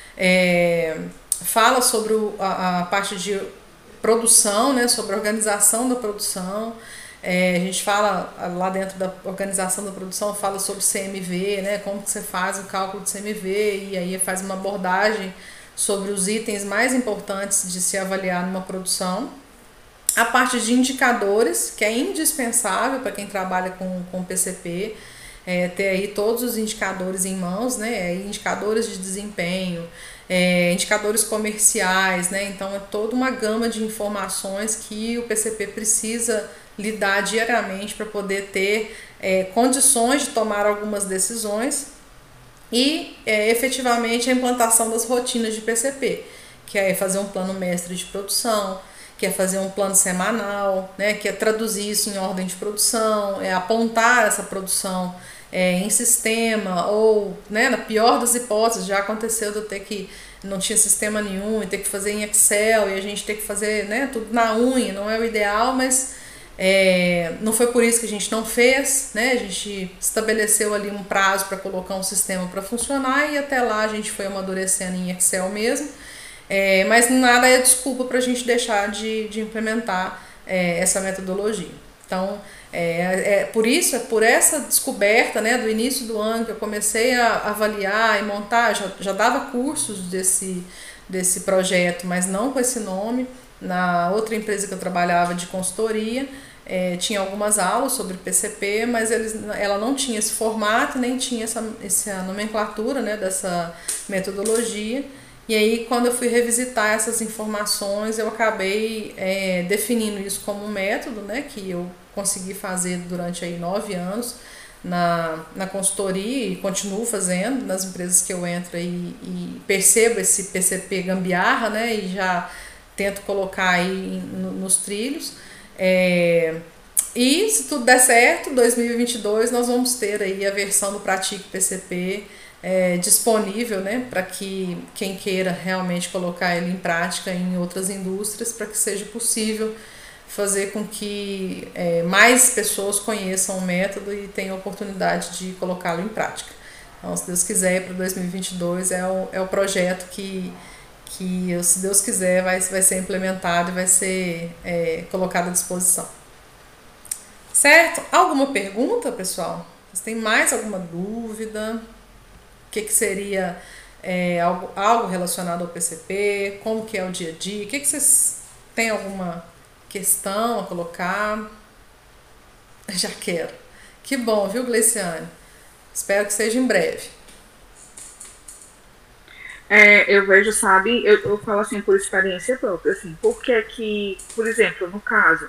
fala sobre a parte de produção, né, sobre a organização da produção. A gente fala lá dentro da organização da produção, fala sobre CMV, né, como que você faz o cálculo de CMV, e aí faz uma abordagem sobre os itens mais importantes de se avaliar numa produção. A parte de indicadores, que é indispensável para quem trabalha com PCP, ter aí todos os indicadores em mãos, né? Indicadores de desempenho, indicadores comerciais, né? Então é toda uma gama de informações que o PCP precisa lidar diariamente para poder ter condições de tomar algumas decisões e efetivamente a implantação das rotinas de PCP, que é fazer um plano mestre de produção, que é fazer um plano semanal, né, que é traduzir isso em ordem de produção, apontar essa produção em sistema, ou, né, na pior das hipóteses, já aconteceu de eu ter que, não tinha sistema nenhum, e ter que fazer em Excel, e a gente ter que fazer, né, tudo na unha, não é o ideal, mas não foi por isso que a gente não fez, né, a gente estabeleceu ali um prazo para colocar um sistema para funcionar, e até lá a gente foi amadurecendo em Excel mesmo. Mas nada é desculpa para a gente deixar de implementar essa metodologia. Então, por isso, por essa descoberta, né, do início do ano, que eu comecei a avaliar e montar, já dava cursos desse projeto, mas não com esse nome, na outra empresa que eu trabalhava de consultoria, tinha algumas aulas sobre PCP, mas ela não tinha esse formato, nem tinha essa nomenclatura, né, dessa metodologia. E aí, quando eu fui revisitar essas informações, eu acabei definindo isso como um método, né, que eu consegui fazer durante aí 9 anos na consultoria e continuo fazendo nas empresas que eu entro e percebo esse PCP gambiarra, né, e já tento colocar aí nos trilhos. E se tudo der certo, 2022 nós vamos ter aí a versão do Pratique PCP disponível, né, para que quem queira realmente colocar ele em prática em outras indústrias, para que seja possível fazer com que mais pessoas conheçam o método e tenham a oportunidade de colocá-lo em prática. Então, se Deus quiser, para 2022 é o projeto que se Deus quiser, vai ser implementado e vai ser colocado à disposição. Certo? Alguma pergunta, pessoal? Vocês têm mais alguma dúvida? O que seria algo relacionado ao PCP? Como que é o dia a dia? O que vocês têm alguma questão a colocar? Já quero. Que bom, viu, Gleiciane? Espero que seja em breve. Eu vejo, sabe, eu falo assim por experiência própria, assim, porque que, por exemplo, no caso,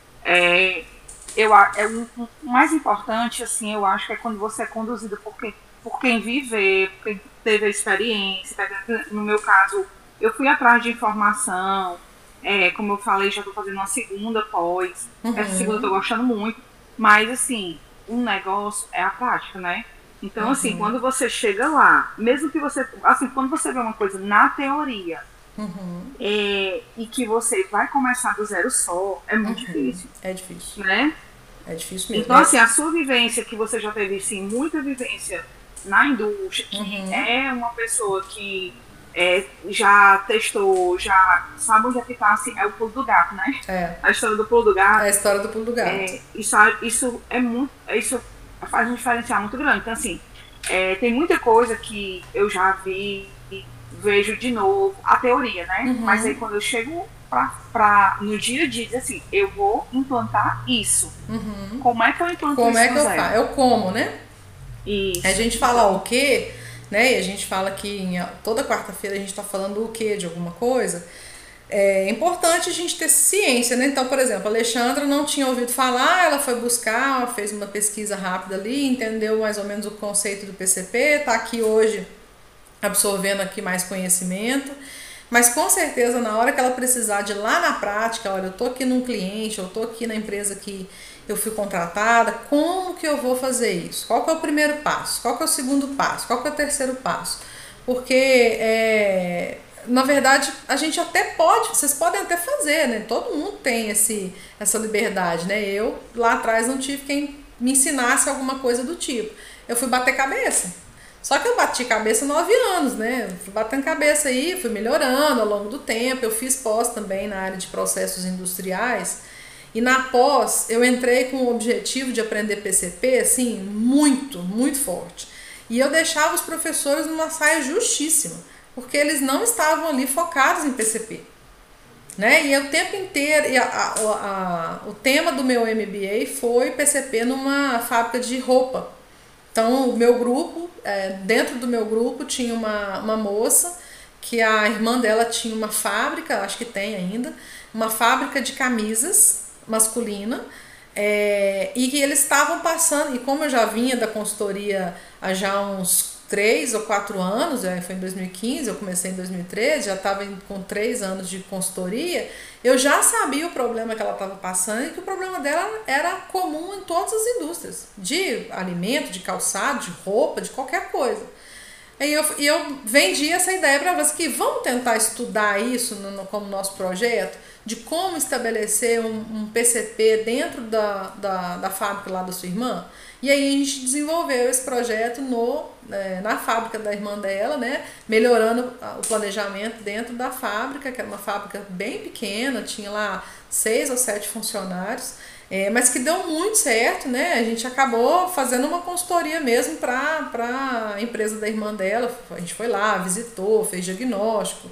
o mais importante, assim, eu acho que é quando você é conduzido por quem vive, por quem teve a experiência, tá? No meu caso, eu fui atrás de informação, como eu falei, já estou fazendo uma segunda pós, essa segunda eu estou gostando muito, mas, assim, um negócio é a prática, né? Então, assim, quando você chega lá, mesmo que você, assim, quando você vê uma coisa na teoria, e que você vai começar do zero só, é muito difícil. É difícil. Né? É difícil mesmo. Então, assim, a sua vivência, que você já teve, sim, muita vivência na indústria, que é uma pessoa que já testou, já sabe onde é que tá, assim, é o pulo do gato, né? A história do pulo do gato. É a história do pulo do gato. Isso é muito... Isso faz um diferencial muito grande. Então, assim, tem muita coisa que eu já vi e vejo de novo, a teoria, né? Mas aí quando eu chego no dia a dia, diz assim, eu vou implantar isso. Como é que eu implanto isso? Como é que eu faço? É o como, né? Isso. A gente fala o quê, né? E a gente fala que toda quarta-feira a gente está falando o quê de alguma coisa. É importante a gente ter ciência, né? Então, por exemplo, a Alexandra não tinha ouvido falar, ela foi buscar, ela fez uma pesquisa rápida ali, entendeu mais ou menos o conceito do PCP, está aqui hoje absorvendo aqui mais conhecimento, mas com certeza na hora que ela precisar de lá na prática, olha, eu tô aqui num cliente, eu tô aqui na empresa que eu fui contratada, como que eu vou fazer isso? Qual que é o primeiro passo? Qual que é o segundo passo? Qual que é o terceiro passo? Porque na verdade, a gente até pode, vocês podem até fazer, né? Todo mundo tem essa liberdade, né? Eu, lá atrás, não tive quem me ensinasse alguma coisa do tipo. Eu fui bater cabeça. Só que eu bati cabeça 9 anos, né? Fui batendo cabeça aí, fui melhorando ao longo do tempo. Eu fiz pós também na área de processos industriais. E na pós, eu entrei com o objetivo de aprender PCP, assim, muito, muito forte. E eu deixava os professores numa saia justíssima, porque eles não estavam ali focados em PCP, né? E o tempo inteiro, o tema do meu MBA foi PCP numa fábrica de roupa. Então, o meu grupo, dentro do meu grupo tinha uma moça, que a irmã dela tinha uma fábrica, acho que tem ainda, uma fábrica de camisas masculina, e que eles estavam passando, e como eu já vinha da consultoria há já uns 3 ou 4 anos, foi em 2015, eu comecei em 2013, já estava com 3 anos de consultoria, eu já sabia o problema que ela estava passando e que o problema dela era comum em todas as indústrias, de alimento, de calçado, de roupa, de qualquer coisa. E eu vendi essa ideia para elas que vamos tentar estudar isso como nosso projeto, de como estabelecer um PCP dentro da fábrica lá da sua irmã. E aí a gente desenvolveu esse projeto na fábrica da irmã dela, né? Melhorando o planejamento dentro da fábrica, que era uma fábrica bem pequena, tinha lá 6 ou 7 funcionários, mas que deu muito certo, né? A gente acabou fazendo uma consultoria mesmo para a empresa da irmã dela. A gente foi lá, visitou, fez diagnóstico.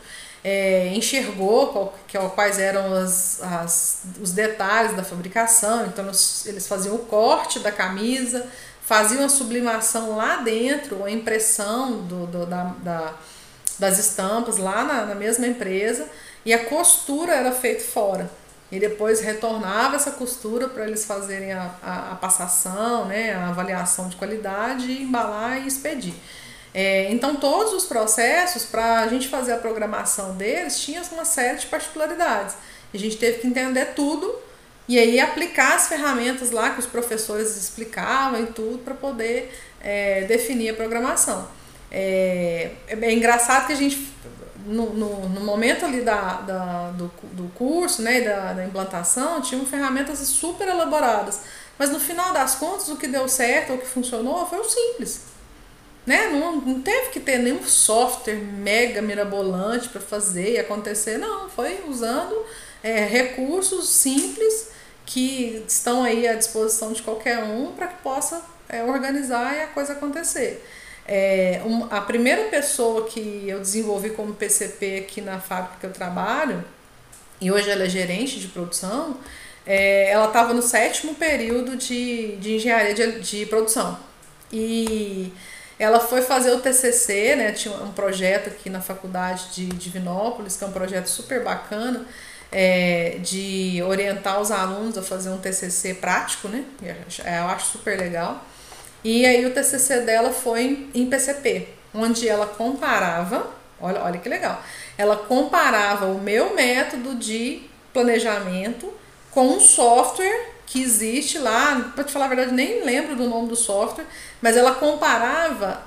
enxergou quais eram os detalhes da fabricação. Então eles faziam o corte da camisa, faziam a sublimação lá dentro, a impressão das estampas lá na mesma empresa, e a costura era feita fora. E depois retornava essa costura para eles fazerem a passação, né, a avaliação de qualidade, embalar e expedir. Então todos os processos, para a gente fazer a programação deles, tinha uma série de particularidades. A gente teve que entender tudo e aí aplicar as ferramentas lá que os professores explicavam e tudo para poder definir a programação. É engraçado que a gente, no momento ali do curso, né, da implantação, tinham ferramentas super elaboradas, mas no final das contas o que deu certo, o que funcionou foi o simples. Né? Não teve que ter nenhum software mega mirabolante para fazer e acontecer, não, foi usando recursos simples que estão aí à disposição de qualquer um para que possa organizar e a coisa acontecer. A primeira pessoa que eu desenvolvi como PCP aqui na fábrica que eu trabalho, e hoje ela é gerente de produção, ela estava no 7º período de engenharia de produção. E ela foi fazer o TCC, né? Tinha um projeto aqui na faculdade de Divinópolis, que é um projeto super bacana, de orientar os alunos a fazer um TCC prático, né? Eu acho super legal. E aí o TCC dela foi em PCP, onde ela comparava, olha que legal, ela comparava o meu método de planejamento com um software que existe lá, para te falar a verdade, nem lembro do nome do software, mas ela comparava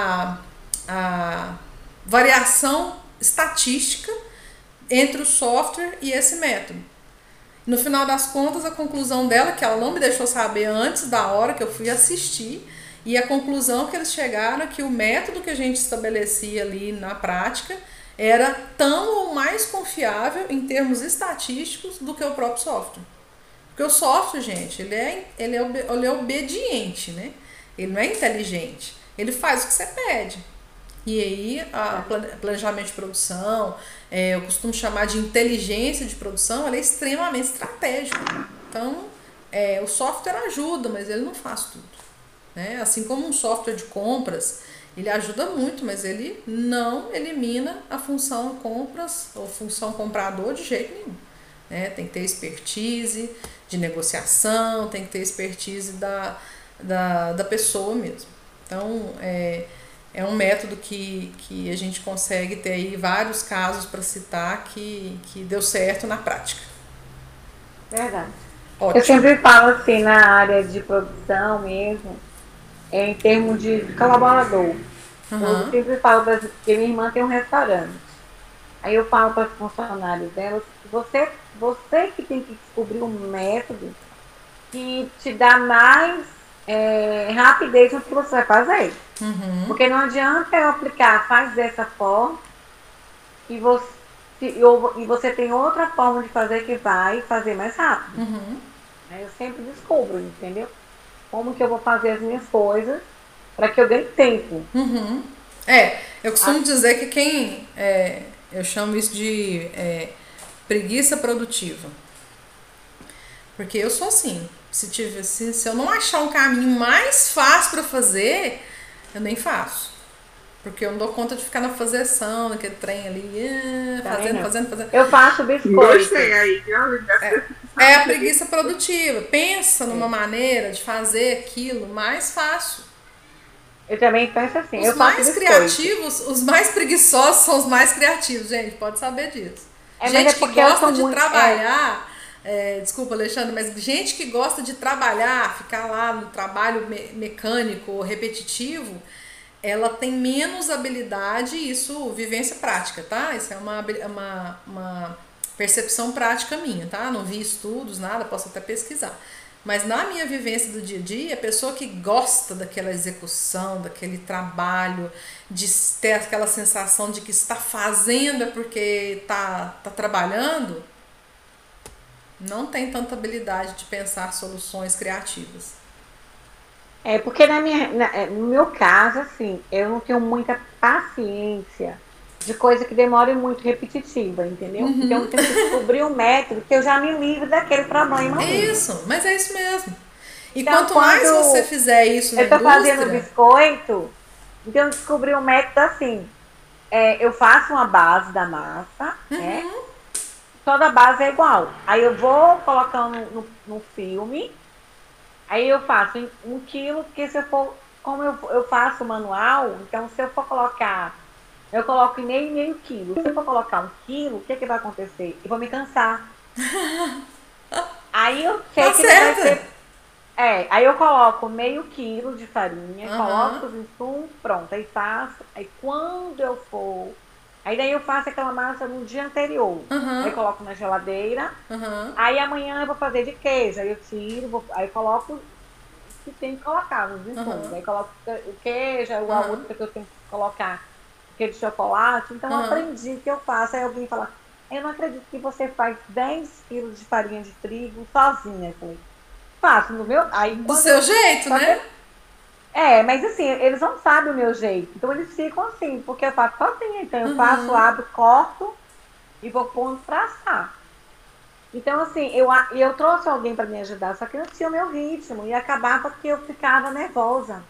a variação estatística entre o software e esse método. No final das contas, a conclusão dela, que ela não me deixou saber antes da hora que eu fui assistir, e a conclusão que eles chegaram é que o método que a gente estabelecia ali na prática era tão ou mais confiável em termos estatísticos do que o próprio software. Porque o software, gente, ele é obediente, né? Ele não é inteligente. Ele faz o que você pede. E aí, planejamento de produção, eu costumo chamar de inteligência de produção, ela é extremamente estratégica. Então, o software ajuda, mas ele não faz tudo. Né? Assim como um software de compras, ele ajuda muito, mas ele não elimina a função compras ou função comprador de jeito nenhum. Né? Tem que ter expertise de negociação, tem que ter expertise da pessoa mesmo. Então, é um método que a gente consegue ter aí vários casos para citar que deu certo na prática. Verdade. Ótimo. Eu sempre falo assim, na área de produção mesmo, em termos de colaborador. Uhum. Eu sempre falo que minha irmã tem um restaurante. Aí eu falo para os funcionários dela que você que tem que descobrir um método que te dá mais rapidez no que você vai fazer. Uhum. Porque não adianta eu aplicar, faz dessa forma e você tem outra forma de fazer que vai fazer mais rápido. Uhum. Aí eu sempre descubro, entendeu? Como que eu vou fazer as minhas coisas para que eu ganhe tempo. Uhum. Eu costumo dizer que eu chamo isso de preguiça produtiva. Porque eu sou assim. Se eu não achar um caminho mais fácil para fazer, eu nem faço. Porque eu não dou conta de ficar na fazeção, naquele trem ali, fazendo. Eu faço biscoito. Gostei aí. É a preguiça produtiva. Pensa numa maneira de fazer aquilo mais fácil. Eu também penso assim. Os mais criativos, os mais preguiçosos são os mais criativos, gente. Pode saber disso. Gente que gosta de trabalhar... desculpa, Alexandre, mas gente que gosta de trabalhar, ficar lá no trabalho mecânico, repetitivo, ela tem menos habilidade, isso, vivência prática, tá? Isso é uma percepção prática minha, tá? Não vi estudos, nada, posso até pesquisar. Mas na minha vivência do dia a dia, a pessoa que gosta daquela execução, daquele trabalho, de ter aquela sensação de que está fazendo é porque está trabalhando, não tem tanta habilidade de pensar soluções criativas. Porque no meu caso, assim, eu não tenho muita paciência de coisa que demore muito, repetitiva, entendeu? Então eu tenho que descobrir um método que eu já me livre daquele problema. Isso, mas é isso mesmo. E então, quanto mais você fizer isso na indústria... Eu tô fazendo biscoito, então eu descobri um método assim. Eu faço uma base da massa, né? Toda a base é igual. Aí eu vou colocando no filme, aí eu faço 1 quilo, porque se eu for, como eu faço manual, então se eu for colocar, eu coloco meio quilo. Se eu for colocar 1 quilo, o que vai acontecer? Eu vou me cansar. Aí eu sei que vai ser... aí eu coloco meio quilo de farinha, coloco os insumos, pronto, aí faço. Aí quando eu for... Aí daí eu faço aquela massa no dia anterior. Aí eu coloco na geladeira. Aí amanhã eu vou fazer de queijo. Aí eu tiro, aí eu coloco o que tem que colocar nos insumos. Aí coloco o queijo, aí a outra que eu tenho que colocar aquele chocolate. Então eu aprendi o que eu faço. Aí alguém fala, eu não acredito que você faz 10 quilos de farinha de trigo sozinha. Eu falei, faço no meu... Aí, do seu jeito, né? Mas assim, eles não sabem o meu jeito. Então eles ficam assim, porque eu faço sozinha. Então eu faço, abro, corto e vou pondo pra assar. Então assim, eu trouxe alguém pra me ajudar, só que não tinha o meu ritmo. E acabava que eu ficava nervosa.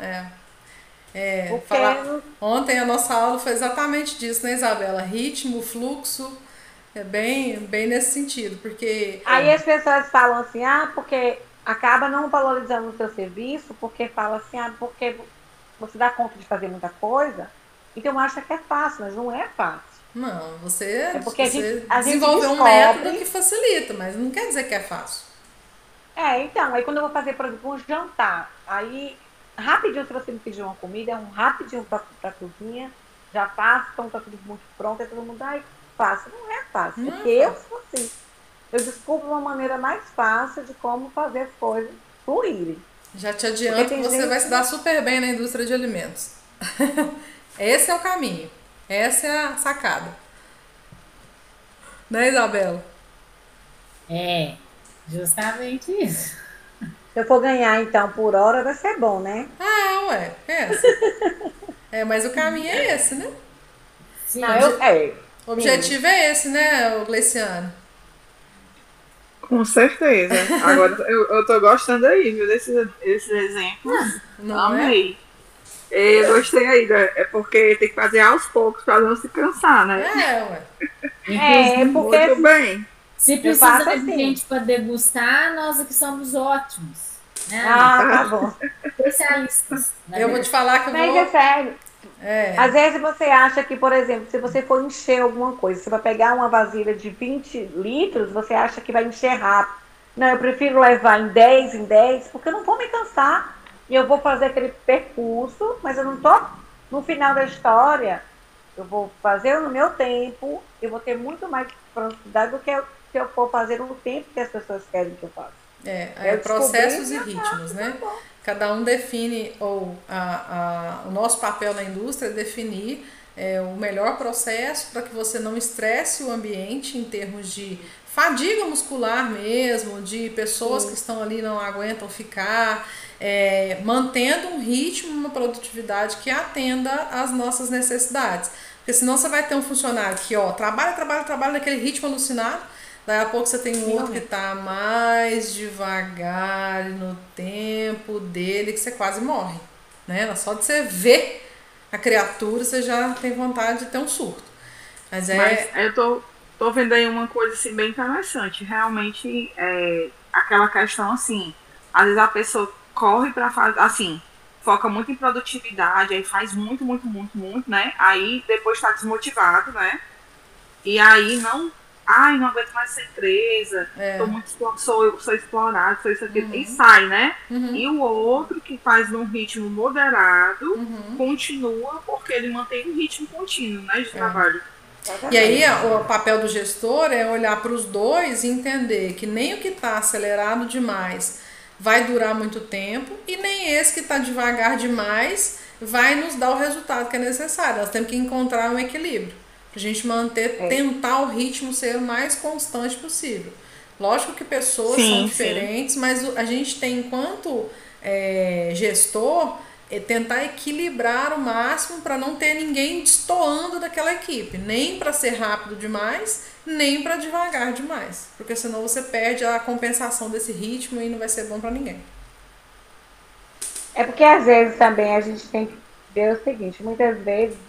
Ontem a nossa aula foi exatamente disso, né, Isabela? Ritmo, fluxo, bem nesse sentido, porque... Aí as pessoas falam assim, porque acaba não valorizando o seu serviço, porque fala assim, porque você dá conta de fazer muita coisa, então acha que é fácil, mas não é fácil. Não, você a gente desenvolveu um método que facilita, mas não quer dizer que é fácil. Então, aí quando eu vou fazer, por exemplo, um jantar, aí rapidinho, se você me pedir uma comida, é um rapidinho pra cozinha, já faço, então tá tudo muito pronto, aí todo mundo, fácil. Não é fácil, porque eu sou assim. Eu descubro uma maneira mais fácil de como fazer as coisas fluírem. Já te adianto que você vai se dar super bem na indústria de alimentos. Esse é o caminho. Essa é a sacada. Né, Isabela? Justamente isso. Se eu for ganhar, então, por hora, vai ser bom, né? Pensa. Mas o caminho é esse, né? Sim. O objetivo é esse, né, Gleiciano? Com certeza. Agora eu tô gostando aí, viu, desses exemplos. Amei. Eu gostei aí, é porque tem que fazer aos poucos para não se cansar, né? Porque... Muito bem. Se precisar de gente para degustar, nós aqui somos ótimos. Né? Tá bom. Especialistas. Eu vou te falar que Mas é sério. Às vezes você acha que, por exemplo, se você for encher alguma coisa, você vai pegar uma vasilha de 20 litros, você acha que vai encher rápido. Não, eu prefiro levar em 10, porque eu não vou me cansar. E eu vou fazer aquele percurso, mas eu não tô no final da história. Eu vou fazer no meu tempo, eu vou ter muito mais profundidade do que se eu for fazer no tempo que as pessoas querem que eu faça. Processos e ritmos, né? Cada um define, o nosso papel na indústria é definir o melhor processo para que você não estresse o ambiente em termos de fadiga muscular mesmo, de pessoas que estão ali não aguentam ficar, mantendo um ritmo, uma produtividade que atenda às nossas necessidades. Porque senão você vai ter um funcionário que trabalha naquele ritmo alucinado, daí a pouco você tem um outro que está mais devagar no tempo dele, que você quase morre, né? Só de você ver a criatura, você já tem vontade de ter um surto. Mas eu tô vendo aí uma coisa assim bem interessante. Realmente, aquela questão assim, às vezes a pessoa corre para fazer, assim, foca muito em produtividade, aí faz muito, né? Aí depois está desmotivado, né? E aí não aguento mais essa empresa, sou explorado, sou isso aqui, e sai, né? E o outro que faz num ritmo moderado, continua, porque ele mantém um ritmo contínuo, né, de trabalho. E aí o papel do gestor é olhar para os dois e entender que nem o que está acelerado demais vai durar muito tempo e nem esse que está devagar demais vai nos dar o resultado que é necessário. Nós temos que encontrar um equilíbrio para a gente tentar o ritmo ser o mais constante possível. Lógico que pessoas são diferentes, mas a gente tem, enquanto gestor, tentar equilibrar o máximo para não ter ninguém destoando daquela equipe, nem para ser rápido demais, nem para devagar demais, porque senão você perde a compensação desse ritmo e não vai ser bom para ninguém. É porque às vezes também a gente tem que ver o seguinte, muitas vezes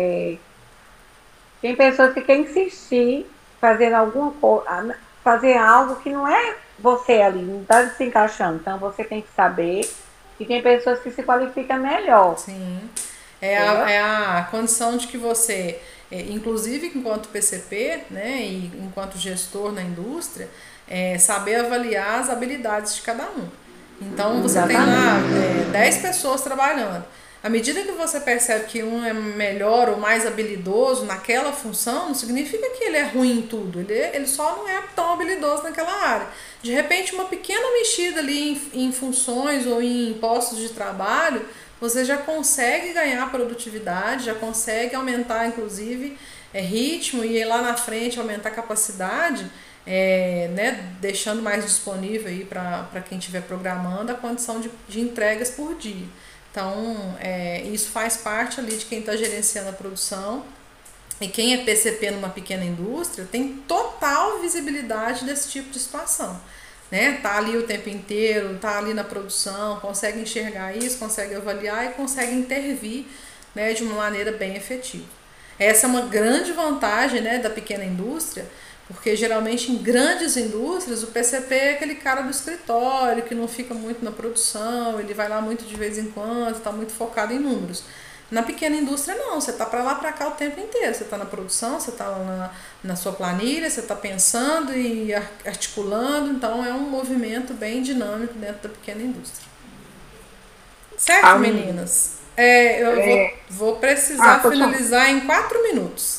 tem pessoas que querem insistir fazendo alguma coisa, fazer algo que não é você ali, não está se encaixando. Então você tem que saber que tem pessoas que se qualificam melhor. Sim. É a condição de que você, inclusive enquanto PCP, né, e enquanto gestor na indústria, saber avaliar as habilidades de cada um. Então você tem lá 10 pessoas trabalhando. À medida que você percebe que um é melhor ou mais habilidoso naquela função, não significa que ele é ruim em tudo. Ele só não é tão habilidoso naquela área. De repente, uma pequena mexida ali em funções ou em postos de trabalho, você já consegue ganhar produtividade, já consegue aumentar, inclusive, ritmo e lá na frente aumentar a capacidade, né, deixando mais disponível aí para quem estiver programando a condição de entregas por dia. Então, isso faz parte ali de quem está gerenciando a produção. E quem é PCP numa pequena indústria tem total visibilidade desse tipo de situação. Né? Tá ali o tempo inteiro, tá ali na produção, consegue enxergar isso, consegue avaliar e consegue intervir, né, de uma maneira bem efetiva. Essa é uma grande vantagem, né, da pequena indústria, porque geralmente em grandes indústrias o PCP é aquele cara do escritório que não fica muito na produção, ele vai lá muito de vez em quando, está muito focado em números. Na pequena indústria não, você está para lá para cá o tempo inteiro, você está na produção, você está lá na sua planilha, você está pensando e articulando, então é um movimento bem dinâmico dentro da pequena indústria. Certo, meninas? Vou precisar finalizar em 4 minutos.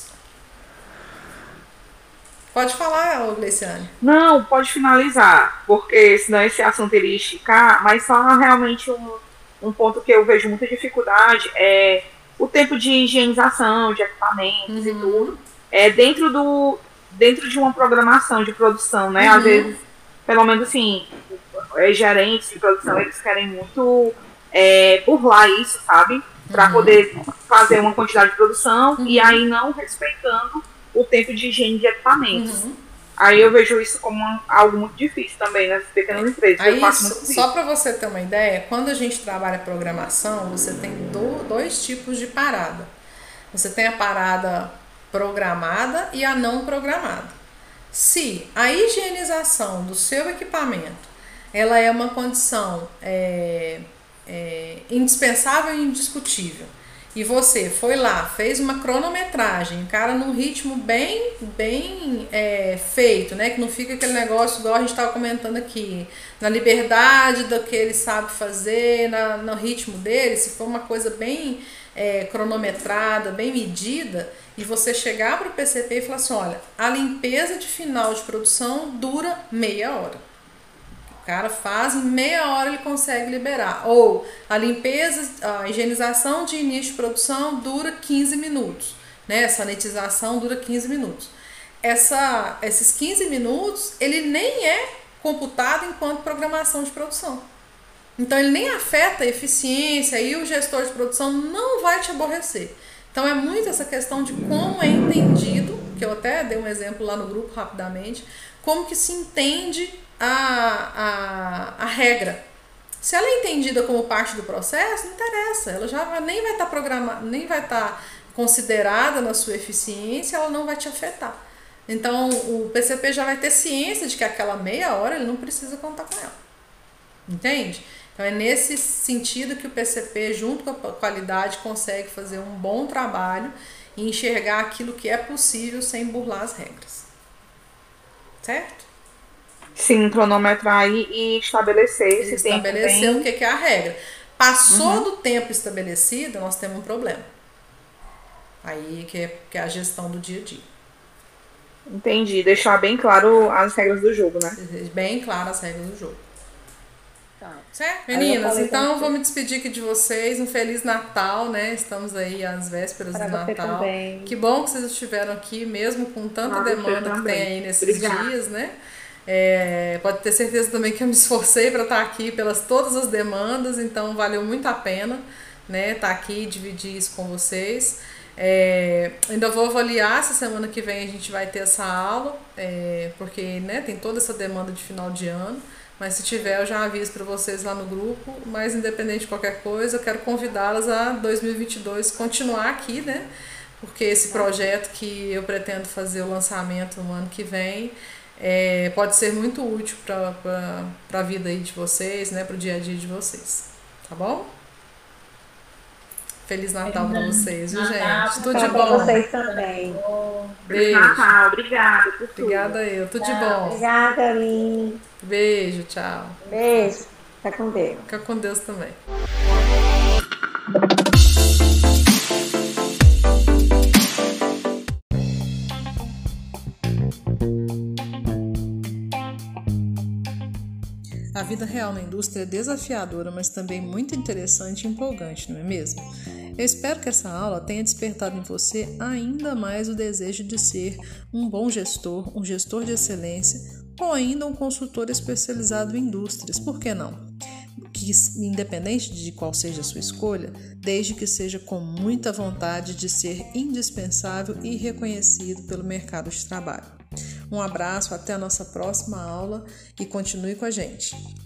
Pode falar, Gleiciane. Não, pode finalizar, porque senão esse assunto iria esticar, mas só realmente um ponto que eu vejo muita dificuldade é o tempo de higienização, de equipamentos e tudo, dentro de uma programação de produção, né? Às vezes, pelo menos assim, gerentes de produção, eles querem muito burlar isso, sabe? Para poder fazer uma quantidade de produção e aí não respeitando o tempo de higiene de equipamentos. Aí eu vejo isso como algo muito difícil também nas pequenas empresas. Aí, só para você ter uma ideia, quando a gente trabalha programação, você tem dois tipos de parada. Você tem a parada programada e a não programada. Se a higienização do seu equipamento ela é uma condição indispensável e indiscutível, e você foi lá, fez uma cronometragem, cara, num ritmo bem feito, né? Que não fica aquele negócio igual a gente estava comentando aqui, na liberdade do que ele sabe fazer, no ritmo dele, se for uma coisa bem cronometrada, bem medida, e você chegar para o PCP e falar assim, olha, a limpeza de final de produção dura meia hora. O cara faz, em meia hora ele consegue liberar. Ou a higienização de início de produção dura 15 minutos. Né? A sanitização dura 15 minutos. Esses 15 minutos, ele nem é computado enquanto programação de produção. Então ele nem afeta a eficiência e o gestor de produção não vai te aborrecer. Então é muito essa questão de como é entendido, que eu até dei um exemplo lá no grupo rapidamente, como que se entende a regra. Se ela é entendida como parte do processo, não interessa, ela já nem vai estar programada, nem vai estar considerada na sua eficiência, ela não vai te afetar. Então o PCP já vai ter ciência de que aquela meia hora ele não precisa contar com ela. Entende? Então é nesse sentido que o PCP, junto com a qualidade, consegue fazer um bom trabalho e enxergar aquilo que é possível sem burlar as regras. Certo? Sim, cronometrar e estabelecer esse tempo. Estabelecer o que é a regra. Passou do tempo estabelecido, nós temos um problema. Aí que é a gestão do dia a dia. Entendi. Deixar bem claro as regras do jogo, né? Bem claro as regras do jogo. Tá. Certo? Meninas, então vou me despedir aqui de vocês. Um Feliz Natal, né? Estamos aí às vésperas do Natal. Também. Que bom que vocês estiveram aqui, mesmo com tanta demanda que tem aí nesses dias, né? Pode ter certeza também que eu me esforcei para estar aqui pelas todas as demandas, então valeu muito a pena, né, tá aqui e dividir isso com vocês. Ainda vou avaliar se semana que vem a gente vai ter essa aula, porque, né, tem toda essa demanda de final de ano, mas se tiver eu já aviso para vocês lá no grupo. Mas independente de qualquer coisa, eu quero convidá-las a 2022 continuar aqui, né, porque esse projeto que eu pretendo fazer o lançamento no ano que vem pode ser muito útil para a vida aí de vocês, né, para o dia a dia de vocês, tá bom? Feliz Natal para vocês, viu, gente? Tudo de bom. Para vocês também. Feliz Natal, obrigada por tudo. Obrigada eu, tudo de bom. Obrigada, Lin. Beijo, tchau. Beijo. Fica com Deus. Fica com Deus também. A vida real na indústria é desafiadora, mas também muito interessante e empolgante, não é mesmo? Eu espero que essa aula tenha despertado em você ainda mais o desejo de ser um bom gestor, um gestor de excelência ou ainda um consultor especializado em indústrias, por que não? Que, independente de qual seja a sua escolha, desde que seja com muita vontade de ser indispensável e reconhecido pelo mercado de trabalho. Um abraço, até a nossa próxima aula e continue com a gente.